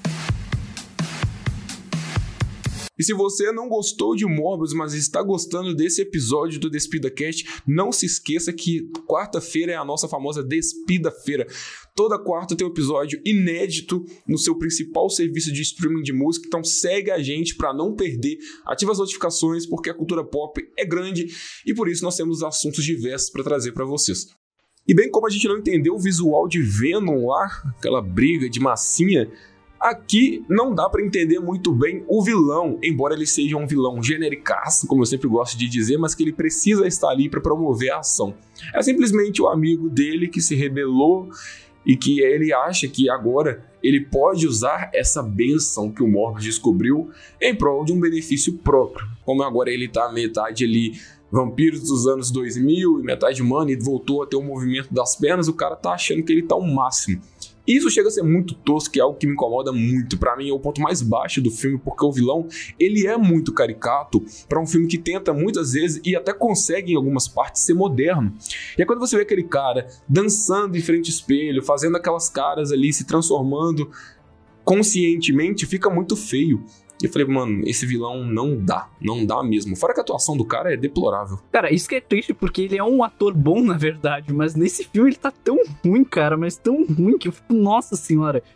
E se você não gostou de Morbius, mas está gostando desse episódio do DespidaCast, não se esqueça que quarta-feira é a nossa famosa Despida-feira. Toda quarta tem um episódio inédito no seu principal serviço de streaming de música, então segue a gente para não perder, ativa as notificações, porque a cultura pop é grande e por isso nós temos assuntos diversos para trazer para vocês. E bem como a gente não entendeu o visual de Venom lá, aquela briga de massinha, aqui não dá pra entender muito bem o vilão, embora ele seja um vilão genericaço, como eu sempre gosto de dizer, mas que ele precisa estar ali pra promover a ação. É simplesmente o amigo dele que se rebelou e que ele acha que agora ele pode usar essa benção que o Morbius descobriu em prol de um benefício próprio. Como agora ele tá metade ali vampiros dos anos 2000 e metade humano e voltou a ter o movimento das pernas, o cara tá achando que ele tá o máximo. Isso chega a ser muito tosco e é algo que me incomoda muito. Pra mim é o ponto mais baixo do filme, porque o vilão, ele é muito caricato pra um filme que tenta muitas vezes e até consegue em algumas partes ser moderno. E é quando você vê aquele cara dançando em frente ao espelho, fazendo aquelas caras ali, se transformando conscientemente, fica muito feio. E eu falei, mano, esse vilão não dá mesmo. Fora que a atuação do cara é deplorável. Cara, isso que é triste, porque ele é um ator bom, na verdade, mas nesse filme ele tá tão ruim, cara, mas tão ruim que eu fico, nossa senhora.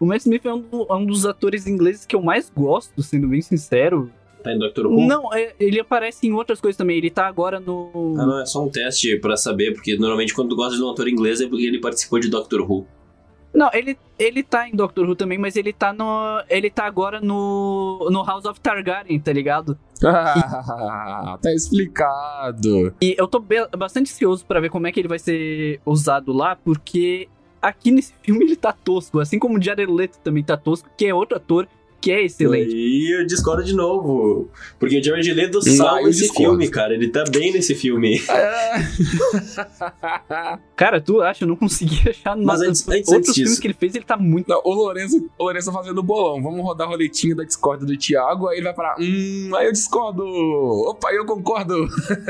O Matt Smith é um dos atores ingleses que eu mais gosto, sendo bem sincero. Tá em Doctor Who? Não, ele aparece em outras coisas também. Ele tá agora no... Ah, não, é só um teste pra saber, porque normalmente quando tu gosta de um ator inglês é porque ele participou de Doctor Who. Não, ele tá em Doctor Who também, mas ele tá agora no House of Targaryen, tá ligado? Tá explicado. E eu tô bastante ansioso pra ver como é que ele vai ser usado lá, porque aqui nesse filme ele tá tosco, assim como o Jared Leto também tá tosco, que é outro ator que é excelente. E eu discordo de novo, porque o Jared Leto salva esse filme, cara, ele tá bem nesse filme. Cara, tu acha? Eu não consegui achar nada. Mas outros filmes que ele fez, ele tá muito... Não, o Lourenço fazendo bolão. Vamos rodar a roletinha da discórdia do Thiago, aí ele vai parar. Aí eu discordo. Opa, eu concordo.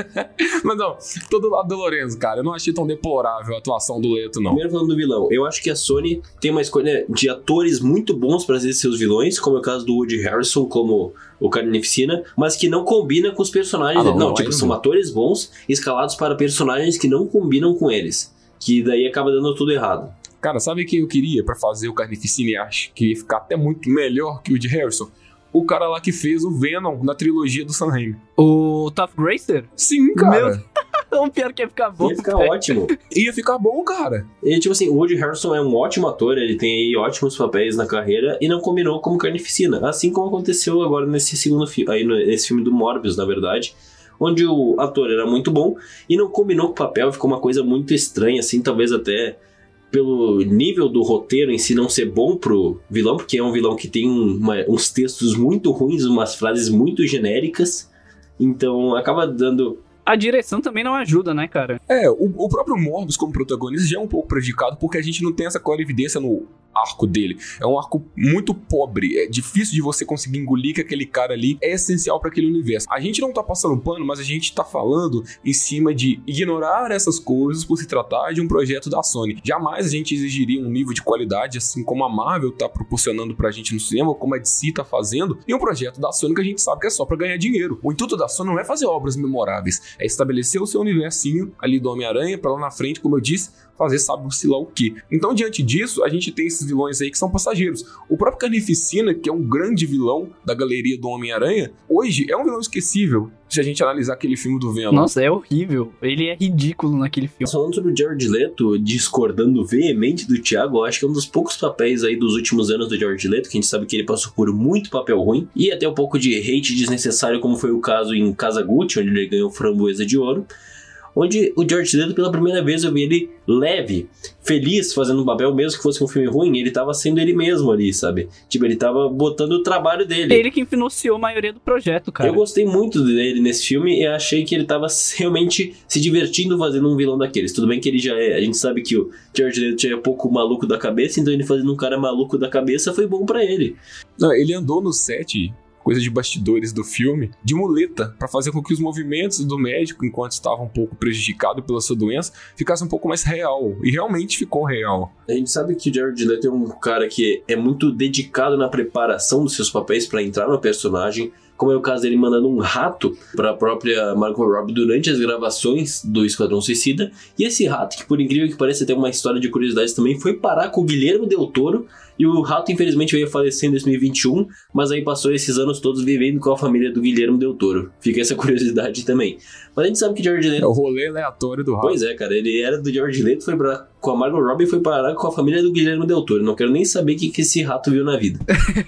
Mas não, todo lado do Lourenço, cara. Eu não achei tão deplorável a atuação do Leto, não. Primeiro falando do vilão, eu acho que a Sony tem uma escolha de atores muito bons pra ser seus vilões, como é o caso do Woody Harrelson, como o Carnificina, mas que não combina com os personagens. São atores bons escalados para personagens que não combinam com eles. Que daí acaba dando tudo errado. Cara, sabe quem eu queria pra fazer o Carnificina e acho que ia ficar até muito melhor que o Woody Harrelson? O cara lá que fez o Venom na trilogia do Sam Raimi. O Toph Gracer? Sim, cara. O pior que ia ficar bom. Ia ficar ótimo. Ia ficar bom, cara. E, tipo assim, o Woody Harrelson é um ótimo ator, ele tem aí ótimos papéis na carreira e não combinou como Carnificina. Assim como aconteceu agora nesse segundo filme, aí nesse filme do Morbius, na verdade, onde o ator era muito bom e não combinou com o papel, ficou uma coisa muito estranha, assim, talvez até pelo nível do roteiro em si não ser bom pro vilão, porque é um vilão que tem uns textos muito ruins, umas frases muito genéricas, então acaba dando... A direção também não ajuda, né, cara? O próprio Morbius como protagonista já é um pouco prejudicado porque a gente não tem essa clarividência no arco dele. É um arco muito pobre, é difícil de você conseguir engolir que aquele cara ali é essencial para aquele universo. A gente não tá passando pano, mas a gente tá falando em cima de ignorar essas coisas por se tratar de um projeto da Sony. Jamais a gente exigiria um nível de qualidade assim como a Marvel tá proporcionando pra gente no cinema, como a DC tá fazendo, em um projeto da Sony que a gente sabe que é só pra ganhar dinheiro. O intuito da Sony não é fazer obras memoráveis, é estabelecer o seu universinho ali do Homem-Aranha pra lá na frente, como eu disse, fazer sabe-se lá o quê. Então, diante disso, a gente tem esses vilões aí que são passageiros. O próprio Carnificina, que é um grande vilão da galeria do Homem-Aranha, hoje é um vilão esquecível, se a gente analisar aquele filme do Venom. Nossa, é horrível. Ele é ridículo naquele filme. Falando sobre o Jared Leto, discordando veemente do Thiago, eu acho que é um dos poucos papéis aí dos últimos anos do Jared Leto, que a gente sabe que ele passou por muito papel ruim, e até um pouco de hate desnecessário, como foi o caso em Kazaguchi, onde ele ganhou Framboesa de Ouro, onde o Jared Leto, pela primeira vez, eu vi ele leve, feliz, fazendo um papel, mesmo que fosse um filme ruim, ele tava sendo ele mesmo ali, sabe? Tipo, ele tava botando o trabalho dele. Ele que financiou a maioria do projeto, cara. Eu gostei muito dele nesse filme e achei que ele tava realmente se divertindo fazendo um vilão daqueles. Tudo bem que ele já é, a gente sabe que o Jared Leto já é pouco maluco da cabeça, então ele fazendo um cara maluco da cabeça foi bom pra ele. Não, ele andou no set, coisa de bastidores do filme, de muleta, pra fazer com que os movimentos do médico, enquanto estava um pouco prejudicado pela sua doença, ficasse um pouco mais real. E realmente ficou real. A gente sabe que o Jared Leto é um cara que é muito dedicado na preparação dos seus papéis pra entrar no personagem, como é o caso dele mandando um rato pra própria Margot Robbie durante as gravações do Esquadrão Suicida. E esse rato, que por incrível que pareça tem uma história de curiosidades também, foi parar com o Guilherme Del Toro. E o rato infelizmente veio a falecer em 2021, mas aí passou esses anos todos vivendo com a família do Guilherme Del Toro. Fica essa curiosidade também. Mas a gente sabe que Jared Leto... É o rolê aleatório do rato. Pois é, cara, ele era do Jared Leto, foi com a Margot Robbie e foi parar com a família do Guilherme Del Toro. Não quero nem saber o que esse rato viu na vida.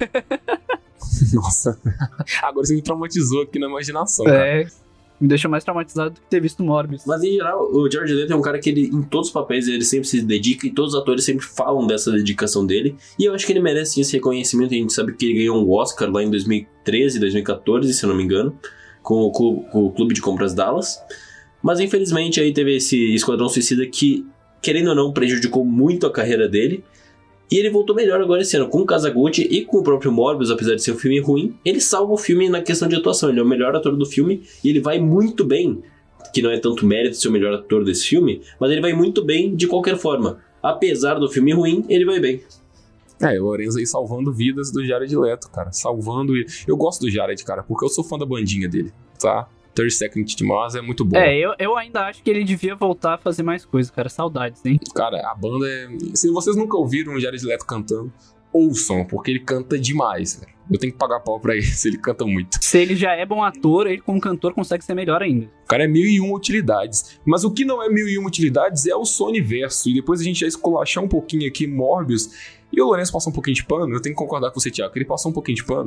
Nossa, agora você me traumatizou aqui na imaginação, cara. Me deixa mais traumatizado do que ter visto Morbius. Mas em geral, o Jared Leto é um cara que ele, em todos os papéis ele sempre se dedica e todos os atores sempre falam dessa dedicação dele. E eu acho que ele merece esse reconhecimento. A gente sabe que ele ganhou um Oscar lá em 2013, 2014, se eu não me engano, com o Clube de Compras Dallas. Mas infelizmente aí teve esse Esquadrão Suicida que, querendo ou não, prejudicou muito a carreira dele. E ele voltou melhor agora esse ano, com o Kazaguchi e com o próprio Morbius, apesar de ser um filme ruim. Ele salva o filme na questão de atuação, ele é o melhor ator do filme e ele vai muito bem, que não é tanto mérito ser o melhor ator desse filme, mas ele vai muito bem de qualquer forma. Apesar do filme ruim, ele vai bem. O Lorenzo aí salvando vidas do Jared Leto, cara, salvando... Eu gosto do Jared, cara, porque eu sou fã da bandinha dele, tá? 30 Seconds to Mars é muito bom. Eu ainda acho que ele devia voltar a fazer mais coisas, cara. Saudades, hein? Cara, a banda é... Se vocês nunca ouviram o Jared Leto cantando, ouçam, porque ele canta demais, velho. Eu tenho que pagar pau pra ele, se ele canta muito. Se ele já é bom ator, ele como cantor consegue ser melhor ainda. O cara é 1001 utilidades. Mas o que não é 1001 utilidades é o Sonyverso. E depois a gente vai esculachar um pouquinho aqui Morbius. E o Lourenço passou um pouquinho de pano. Eu tenho que concordar com você, Thiago, que ele passou um pouquinho de pano.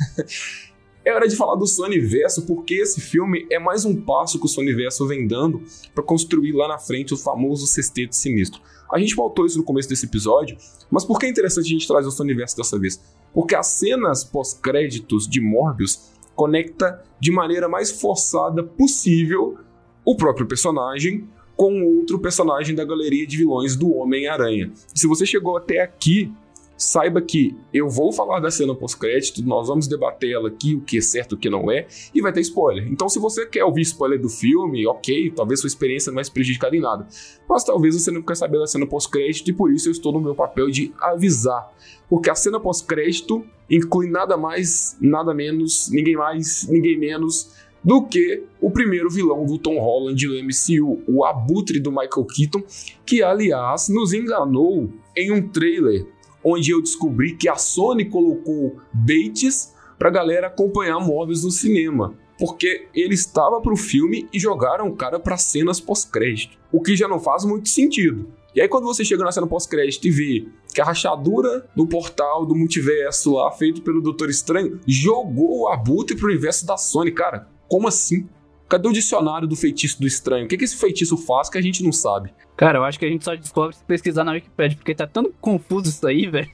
É hora de falar do Sonyverso, porque esse filme é mais um passo que o Sonyverso vem dando para construir lá na frente o famoso Sexteto Sinistro. A gente pautou isso no começo desse episódio, mas por que é interessante a gente trazer o Sonyverso dessa vez? Porque as cenas pós-créditos de Morbius conecta de maneira mais forçada possível o próprio personagem com outro personagem da galeria de vilões do Homem-Aranha. Se você chegou até aqui, saiba que eu vou falar da cena pós-crédito, nós vamos debater ela aqui, o que é certo e o que não é, e vai ter spoiler. Então, se você quer ouvir spoiler do filme, ok, talvez sua experiência não vai se prejudicar em nada. Mas talvez você não quer saber da cena pós-crédito, e por isso eu estou no meu papel de avisar. Porque a cena pós-crédito inclui nada mais, nada menos, ninguém mais, ninguém menos do que o primeiro vilão do Tom Holland do MCU, o Abutre do Michael Keaton, que, aliás, nos enganou em um trailer onde eu descobri que a Sony colocou baits pra galera acompanhar Morbius no cinema, porque ele estava pro filme e jogaram o cara pra cenas pós-crédito, o que já não faz muito sentido. E aí quando você chega na cena pós-crédito e vê que a rachadura do portal do multiverso lá, feito pelo Doutor Estranho, jogou o Abutre pro universo da Sony, cara, como assim? Cadê o dicionário do feitiço do estranho? O que esse feitiço faz que a gente não sabe? Cara, eu acho que a gente só descobre se pesquisar na Wikipedia, porque tá tão confuso isso aí, velho.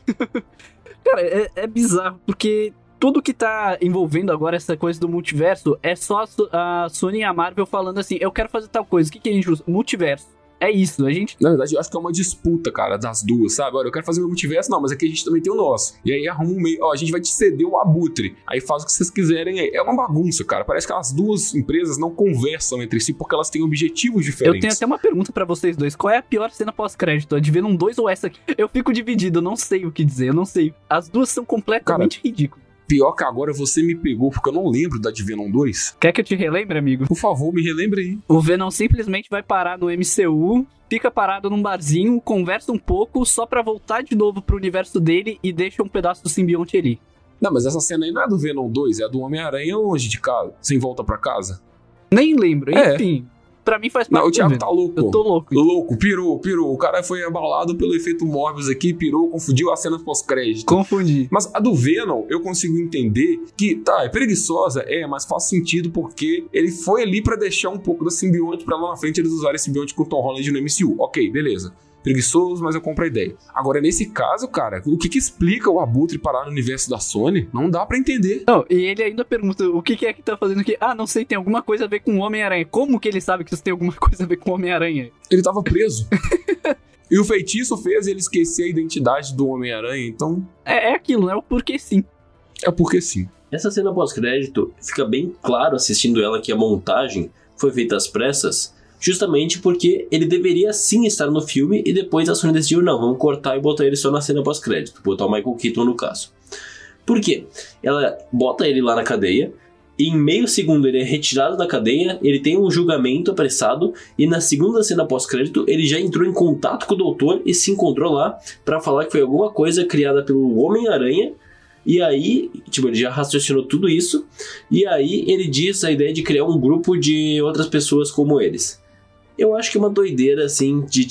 Cara, é bizarro, porque tudo que tá envolvendo agora essa coisa do multiverso é só a Sony e a Marvel falando assim, eu quero fazer tal coisa, o que é injusto? Multiverso. É isso, a gente... Na verdade, eu acho que é uma disputa, cara, das duas, sabe? Olha, eu quero fazer meu multiverso, não, mas aqui a gente também tem o nosso. E aí arruma um meio, ó, a gente vai te ceder o Abutre. Aí faz o que vocês quiserem aí. É uma bagunça, cara. Parece que as duas empresas não conversam entre si porque elas têm objetivos diferentes. Eu tenho até uma pergunta pra vocês dois. Qual é a pior cena pós-crédito? A de Venom 2 ou essa aqui? Eu fico dividido, eu não sei o que dizer, eu não sei. As duas são completamente ridículas. Pior que agora você me pegou, porque eu não lembro da de Venom 2. Quer que eu te relembre, amigo? Por favor, me relembre aí. O Venom simplesmente vai parar no MCU, fica parado num barzinho, conversa um pouco, só pra voltar de novo pro universo dele e deixa um pedaço do simbionte ali. Não, mas essa cena aí não é do Venom 2, é do Homem-Aranha longe de casa, sem volta pra casa. Nem lembro, enfim. Pra mim faz parte. Não, o Thiago tá louco. Eu tô louco. Louco, pirou. O cara foi abalado pelo efeito Morbius aqui, pirou, confundiu as cenas pós-crédito. Confundi. Mas a do Venom, eu consigo entender que, tá, é preguiçosa, mas faz sentido porque ele foi ali pra deixar um pouco da simbionte pra lá na frente eles usarem simbionte com o Tom Holland no MCU. Ok, beleza. Preguiçoso, mas eu compro a ideia. Agora, nesse caso, cara, o que explica o Abutre parar no universo da Sony? Não dá pra entender. Não, e ele ainda pergunta o que é que tá fazendo aqui. Ah, não sei, tem alguma coisa a ver com o Homem-Aranha. Como que ele sabe que isso tem alguma coisa a ver com o Homem-Aranha? Ele tava preso. E o feitiço fez ele esquecer a identidade do Homem-Aranha, então... É aquilo, né? O porquê sim. É porque sim. Essa cena pós-crédito fica bem claro assistindo ela que a montagem foi feita às pressas, justamente porque ele deveria sim estar no filme e depois a Sony decidiu, não, vamos cortar e botar ele só na cena pós-crédito, botar o Michael Keaton no caso. Por quê? Ela bota ele lá na cadeia, e em meio segundo ele é retirado da cadeia, ele tem um julgamento apressado, e na segunda cena pós-crédito ele já entrou em contato com o doutor e se encontrou lá pra falar que foi alguma coisa criada pelo Homem-Aranha. E aí, ele já raciocinou tudo isso, e aí ele diz a ideia de criar um grupo de outras pessoas como eles. Eu acho que é uma doideira, assim, de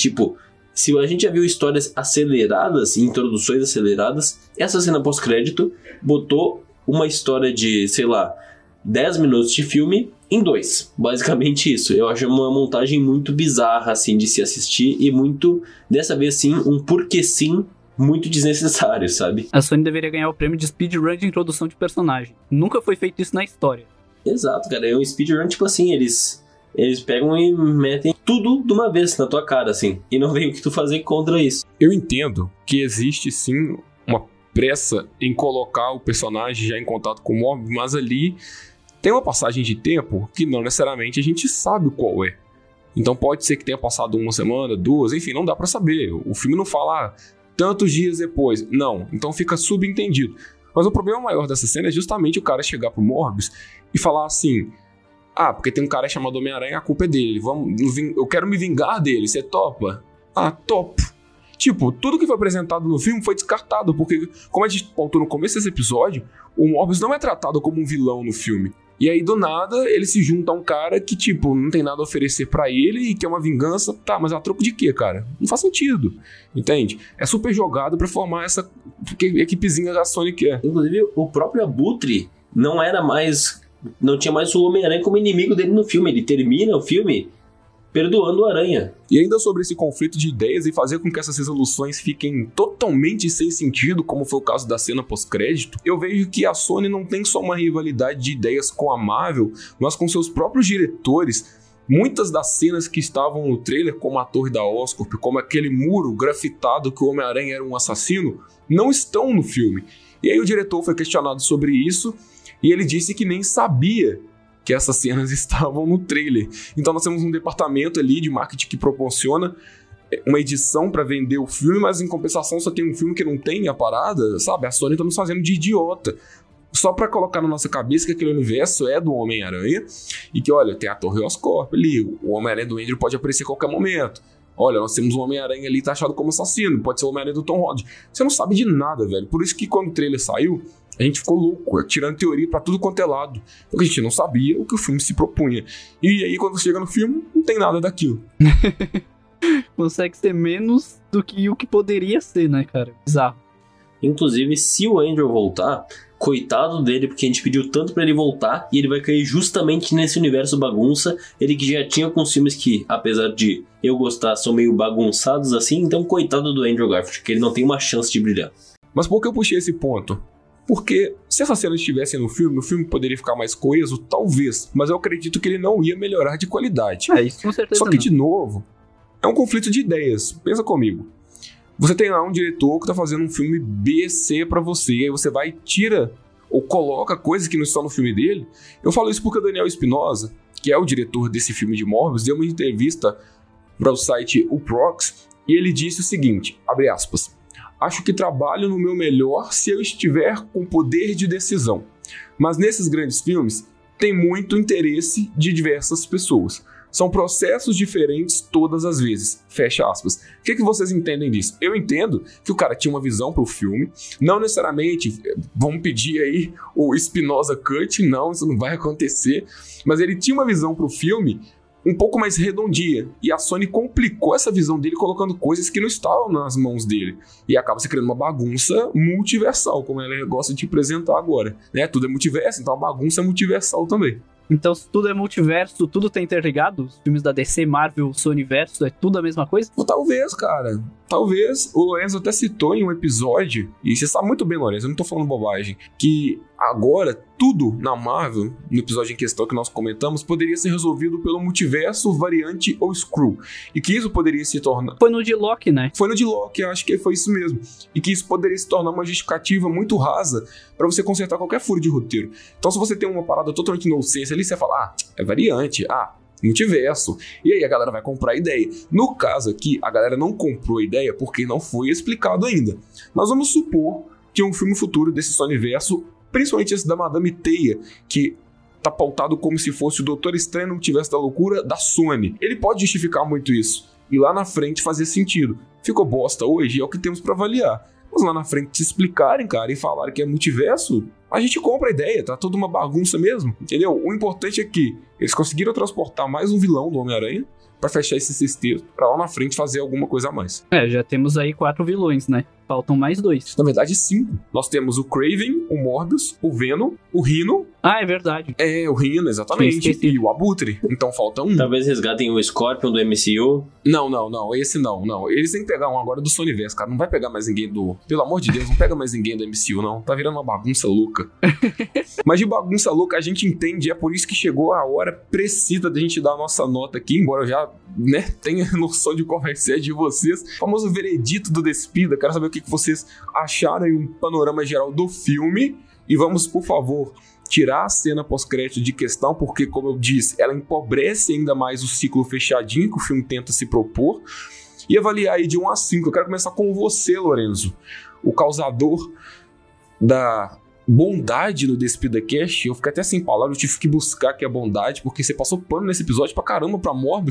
se a gente já viu histórias aceleradas, introduções aceleradas, essa cena pós-crédito botou uma história de, 10 minutos de filme em 2. Basicamente isso. Eu acho uma montagem muito bizarra, assim, de se assistir e muito, dessa vez sim, um porquê sim muito desnecessário, sabe? A Sony deveria ganhar o prêmio de speedrun de introdução de personagem. Nunca foi feito isso na história. Exato, cara. É um speedrun, assim, eles pegam e metem tudo de uma vez na tua cara, assim. E não tem o que tu fazer contra isso. Eu entendo que existe, sim, uma pressa em colocar o personagem já em contato com o Morbius, mas ali tem uma passagem de tempo que não necessariamente a gente sabe qual é. Então pode ser que tenha passado uma semana, 2, enfim, não dá pra saber. O filme não fala tantos dias depois. Não, então fica subentendido. Mas o problema maior dessa cena é justamente o cara chegar pro Morbius e falar assim... Ah, porque tem um cara chamado Homem-Aranha, a culpa é dele. Eu quero me vingar dele, você topa? Ah, topo. Tipo, tudo que foi apresentado no filme foi descartado, porque, como a gente pautou no começo desse episódio, o Morbius não é tratado como um vilão no filme. E aí, do nada, ele se junta a um cara que, tipo, não tem nada a oferecer pra ele e quer uma vingança. Tá, mas a troco de quê, cara? Não faz sentido, entende? É super jogado pra formar essa equipezinha da Sony que é. Inclusive, o próprio Abutre não tinha mais o Homem-Aranha como inimigo dele no filme. Ele termina o filme perdoando o Aranha. E ainda sobre esse conflito de ideias e fazer com que essas resoluções fiquem totalmente sem sentido, como foi o caso da cena pós-crédito, eu vejo que a Sony não tem só uma rivalidade de ideias com a Marvel, mas com seus próprios diretores. Muitas das cenas que estavam no trailer, como a Torre da Oscorp, como aquele muro grafitado que o Homem-Aranha era um assassino, não estão no filme. E aí o diretor foi questionado sobre isso e ele disse que nem sabia que essas cenas estavam no trailer. Então nós temos um departamento ali de marketing que proporciona uma edição para vender o filme, mas em compensação só tem um filme que não tem a parada, sabe? A Sony tá nos fazendo de idiota. Só pra colocar na nossa cabeça que aquele universo é do Homem-Aranha e que, olha, tem a Torre Oscorp ali, o Homem-Aranha do Andrew pode aparecer a qualquer momento. Olha, nós temos um Homem-Aranha ali taxado como assassino, pode ser o Homem-Aranha do Tom Holland. Você não sabe de nada, velho. Por isso que quando o trailer saiu, a gente ficou louco, tirando teoria pra tudo quanto é lado. Porque a gente não sabia o que o filme se propunha. E aí, quando chega no filme, não tem nada daquilo. Consegue ser menos do que o que poderia ser, né, cara? Bizarro. Inclusive, se o Andrew voltar, coitado dele, porque a gente pediu tanto pra ele voltar, e ele vai cair justamente nesse universo bagunça. Ele que já tinha com filmes que, apesar de eu gostar, são meio bagunçados assim. Então, coitado do Andrew Garfield, que ele não tem uma chance de brilhar. Mas por que eu puxei esse ponto? Porque se essas cenas estivessem no filme poderia ficar mais coeso, talvez. Mas eu acredito que ele não ia melhorar de qualidade. Isso com certeza. Só que, de novo, é um conflito de ideias. Pensa comigo. Você tem lá um diretor que tá fazendo um filme B, C pra você, e aí você vai e tira ou coloca coisas que não estão no filme dele. Eu falo isso porque o Daniel Espinosa, que é o diretor desse filme de Morbius, deu uma entrevista para o site Uproxx, e ele disse o seguinte, abre aspas, acho que trabalho no meu melhor se eu estiver com poder de decisão. Mas nesses grandes filmes, tem muito interesse de diversas pessoas. São processos diferentes todas as vezes. Fecha aspas. O que vocês entendem disso? Eu entendo que o cara tinha uma visão pro filme. Não necessariamente, vamos pedir aí o Espinosa Cut. Não, isso não vai acontecer. Mas ele tinha uma visão pro filme um pouco mais redondinha. E a Sony complicou essa visão dele colocando coisas que não estavam nas mãos dele. E acaba se criando uma bagunça multiversal, como ela gosta de apresentar agora. Né? Tudo é multiverso, então a bagunça é multiversal também. Então, se tudo é multiverso, tudo tá interligado? Os filmes da DC, Marvel, Sonyverso, é tudo a mesma coisa? Talvez, cara. Talvez. O Lorenzo até citou em um episódio, e você sabe muito bem, Lorenzo, eu não tô falando bobagem, que agora tudo na Marvel, no episódio em questão que nós comentamos, poderia ser resolvido pelo multiverso, variante ou Skrull. E que isso poderia se tornar... Foi no de Loki, né? Foi no de Loki, acho que foi isso mesmo. E que isso poderia se tornar uma justificativa muito rasa pra você consertar qualquer furo de roteiro. Então, se você tem uma parada totalmente nonsense ali, você fala, é variante, multiverso. E aí a galera vai comprar a ideia. No caso aqui, a galera não comprou a ideia porque não foi explicado ainda. Mas vamos supor que um filme futuro desse Sonyverso, principalmente esse da Madame Teia, que tá pautado como se fosse o Doutor Estranho no Multiverso da Loucura da Sony. Ele pode justificar muito isso. E lá na frente fazer sentido. Ficou bosta hoje, é o que temos pra avaliar. Mas lá na frente se explicarem, cara, e falarem que é multiverso, a gente compra a ideia, tá toda uma bagunça mesmo, entendeu? O importante é que eles conseguiram transportar mais um vilão do Homem-Aranha pra fechar esse cesteiro, pra lá na frente fazer alguma coisa a mais. Já temos aí 4 vilões, né? Faltam mais 2. Na verdade, 5. Nós temos o Kraven, o Morbius, o Venom, o Rhino. É verdade. O Rhino, exatamente. E o Abutre. Então falta um. Talvez resgatem o Scorpion do MCU. Não. Esse não. Eles têm que pegar um agora do Sonyverse, cara. Não vai pegar mais ninguém do... Pelo amor de Deus, não pega mais ninguém do MCU, não. Tá virando uma bagunça louca. Mas de bagunça louca a gente entende. É por isso que chegou a hora precisa da gente dar a nossa nota aqui. Embora eu já, tenha noção de qual vai ser de vocês. O famoso veredito do Despida. Quero saber o que vocês acharam em um panorama geral do filme. E vamos, por favor, tirar a cena pós-crédito de questão, porque, como eu disse, ela empobrece ainda mais o ciclo fechadinho que o filme tenta se propor. E avaliar aí de 1 a 5. Eu quero começar com você, Lorenzo, o causador da bondade no Despida Cast. Eu fiquei até sem palavras, eu tive que buscar aqui a bondade, porque você passou pano nesse episódio pra caramba pra Morbius.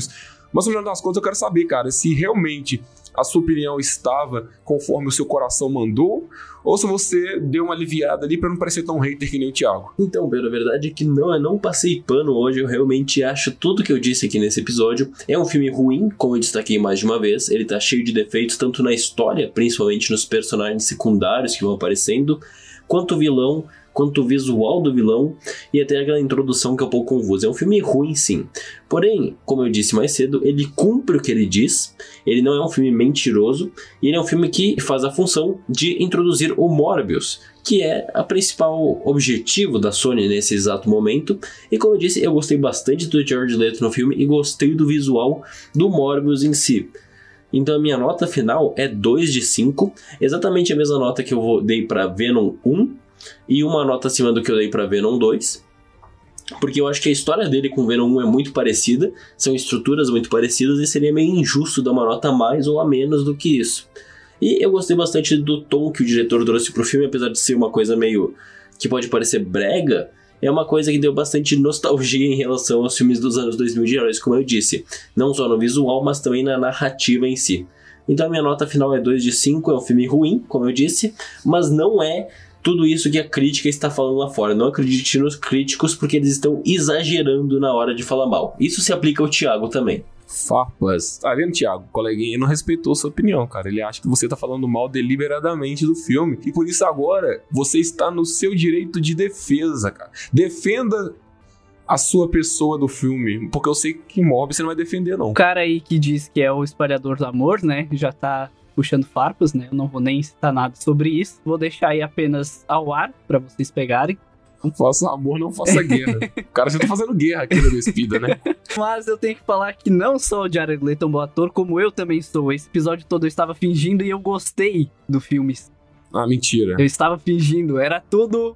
Mas no final das contas eu quero saber, cara, se realmente a sua opinião estava conforme o seu coração mandou, ou se você deu uma aliviada ali pra não parecer tão hater que nem o Thiago. Então, Pedro, a verdade é que eu não passei pano hoje, eu realmente acho tudo que eu disse aqui nesse episódio. É um filme ruim, como eu destaquei mais de uma vez, ele tá cheio de defeitos, tanto na história, principalmente nos personagens secundários que vão aparecendo, quanto o vilão, quanto o visual do vilão e até aquela introdução que é um pouco confusa. É um filme ruim, sim. Porém, como eu disse mais cedo, ele cumpre o que ele diz, ele não é um filme mentiroso, e ele é um filme que faz a função de introduzir o Morbius, que é a principal objetivo da Sony nesse exato momento. E como eu disse, eu gostei bastante do Jared Leto no filme e gostei do visual do Morbius em si. Então a minha nota final é 2 de 5, exatamente a mesma nota que eu dei para Venom 1, e uma nota acima do que eu dei pra Venom 2, porque eu acho que a história dele com Venom 1 é muito parecida, são estruturas muito parecidas e seria meio injusto dar uma nota a mais ou a menos do que isso. E eu gostei bastante do tom que o diretor trouxe pro filme, apesar de ser uma coisa meio que pode parecer brega, é uma coisa que deu bastante nostalgia em relação aos filmes dos anos 2000 de heróis, como eu disse, não só no visual, mas também na narrativa em si. Então a minha nota final é 2 de 5, é um filme ruim, como eu disse, mas não é tudo isso que a crítica está falando lá fora. Não acredite nos críticos, porque eles estão exagerando na hora de falar mal. Isso se aplica ao Thiago também. Farpas. Tá vendo, Thiago? O coleguinha não respeitou sua opinião, cara. Ele acha que você tá falando mal deliberadamente do filme. E por isso agora, você está no seu direito de defesa, cara. Defenda a sua pessoa do filme. Porque eu sei que Morbius você não vai defender, não. O cara aí que diz que é o espalhador do amor, né? Já tá puxando farpas, né? Eu não vou nem citar nada sobre isso. Vou deixar aí apenas ao ar pra vocês pegarem. Faça amor, não faça guerra. O cara já tá fazendo guerra aqui na Despida, né? Mas eu tenho que falar que não só o Jared Leto é um bom ator, como eu também sou. Esse episódio todo eu estava fingindo e eu gostei do filme. Ah, mentira. Eu estava fingindo, era tudo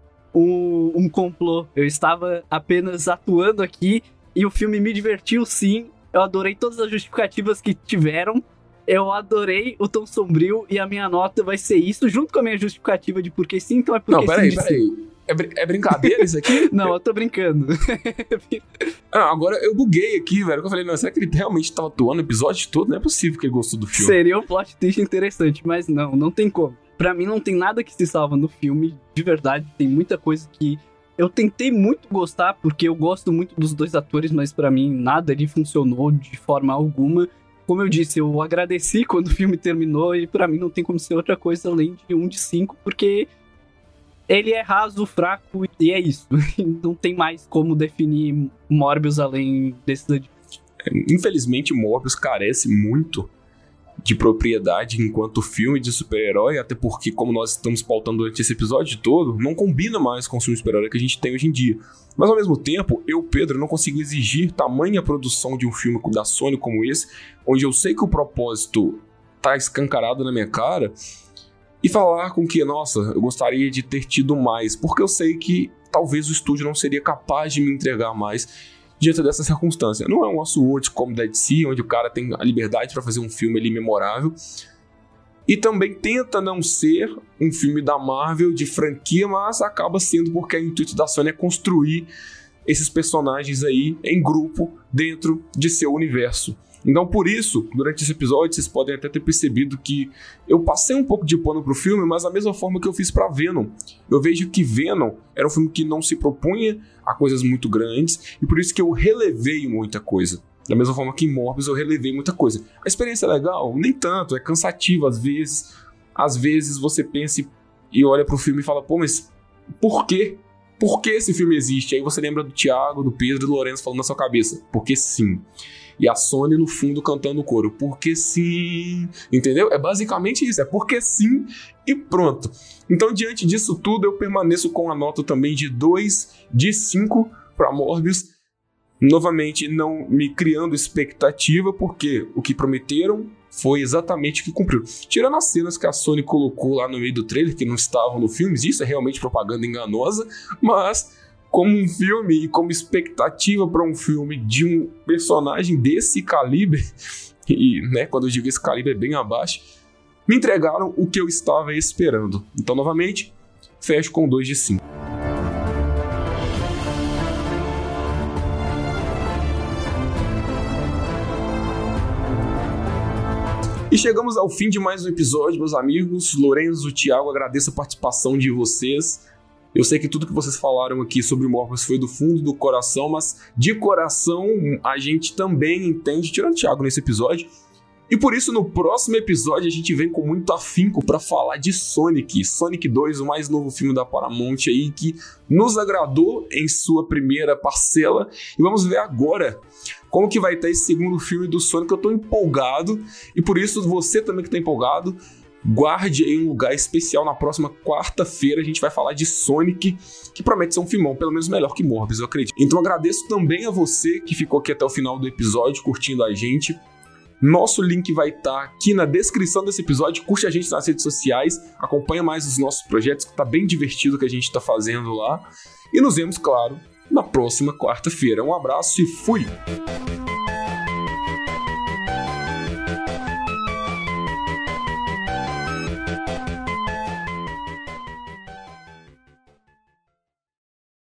um complô. Eu estava apenas atuando aqui e o filme me divertiu sim. Eu adorei todas as justificativas que tiveram. Eu adorei o tom sombrio e a minha nota vai ser isso, junto com a minha justificativa de porque sim, então é porque não, peraí. É brincadeira isso aqui? Não, eu tô brincando. Agora eu buguei aqui, velho. Eu falei, não, será que ele realmente tava atuando o episódio todo? Não é possível que ele gostou do filme. Seria um plot twist interessante, mas não tem como. Pra mim não tem nada que se salva no filme, de verdade. Tem muita coisa que eu tentei muito gostar, porque eu gosto muito dos dois atores, mas pra mim nada ali funcionou de forma alguma. Como eu disse, eu agradeci quando o filme terminou e pra mim não tem como ser outra coisa além de 1 de 5, porque ele é raso, fraco e é isso. Não tem mais como definir Morbius além desses adjetivos. Infelizmente, Morbius carece muito de propriedade enquanto filme de super-herói, até porque, como nós estamos pautando durante esse episódio todo, não combina mais com o filme de super-herói que a gente tem hoje em dia. Mas, ao mesmo tempo, eu, Pedro, não consigo exigir tamanha produção de um filme da Sony como esse, onde eu sei que o propósito tá escancarado na minha cara, e falar com que, nossa, eu gostaria de ter tido mais, porque eu sei que talvez o estúdio não seria capaz de me entregar mais diante dessa circunstância. Não é um Westworld como Dead Sea, onde o cara tem a liberdade para fazer um filme ali memorável, e também tenta não ser um filme da Marvel de franquia, mas acaba sendo porque o intuito da Sony é construir esses personagens aí em grupo dentro de seu universo. Então, por isso, durante esse episódio, vocês podem até ter percebido que eu passei um pouco de pano pro filme, mas da mesma forma que eu fiz pra Venom. Eu vejo que Venom era um filme que não se propunha a coisas muito grandes, e por isso que eu relevei muita coisa. Da mesma forma que em Morbius eu relevei muita coisa. A experiência é legal? Nem tanto, é cansativo às vezes. Às vezes você pensa e olha pro filme e fala, pô, mas por quê? Por que esse filme existe? Aí você lembra do Thiago, do Pedro e do Lourenço falando na sua cabeça. Porque sim. E a Sony no fundo cantando o coro. Porque sim. Entendeu? É basicamente isso. É porque sim e pronto. Então, diante disso tudo, eu permaneço com a nota também de 2 de 5 para Morbius. Novamente, não me criando expectativa, porque o que prometeram foi exatamente o que cumpriu. Tirando as cenas que a Sony colocou lá no meio do trailer, que não estavam no filme, isso é realmente propaganda enganosa, mas como um filme e como expectativa para um filme de um personagem desse calibre, e né, quando eu digo esse calibre é bem abaixo, me entregaram o que eu estava esperando. Então, novamente, fecho com 2 de 5. E chegamos ao fim de mais um episódio, meus amigos. Lorenzo, Thiago, agradeço a participação de vocês. Eu sei que tudo que vocês falaram aqui sobre o Morbius foi do fundo do coração, mas de coração a gente também entende, tirando o Thiago nesse episódio. E por isso, no próximo episódio, a gente vem com muito afinco para falar de Sonic. Sonic 2, o mais novo filme da Paramount aí, que nos agradou em sua primeira parcela. E vamos ver agora como que vai estar esse segundo filme do Sonic. Eu tô empolgado, e por isso, você também que tá empolgado, guarde aí um lugar especial. Na próxima quarta-feira a gente vai falar de Sonic, que promete ser um filmão, pelo menos melhor que Morbius, eu acredito. Então agradeço também a você que ficou aqui até o final do episódio, curtindo a gente. Nosso link vai estar aqui na descrição desse episódio. Curte a gente nas redes sociais, acompanha mais os nossos projetos, que tá bem divertido o que a gente tá fazendo lá. E nos vemos, claro, na próxima quarta-feira. Um abraço e fui!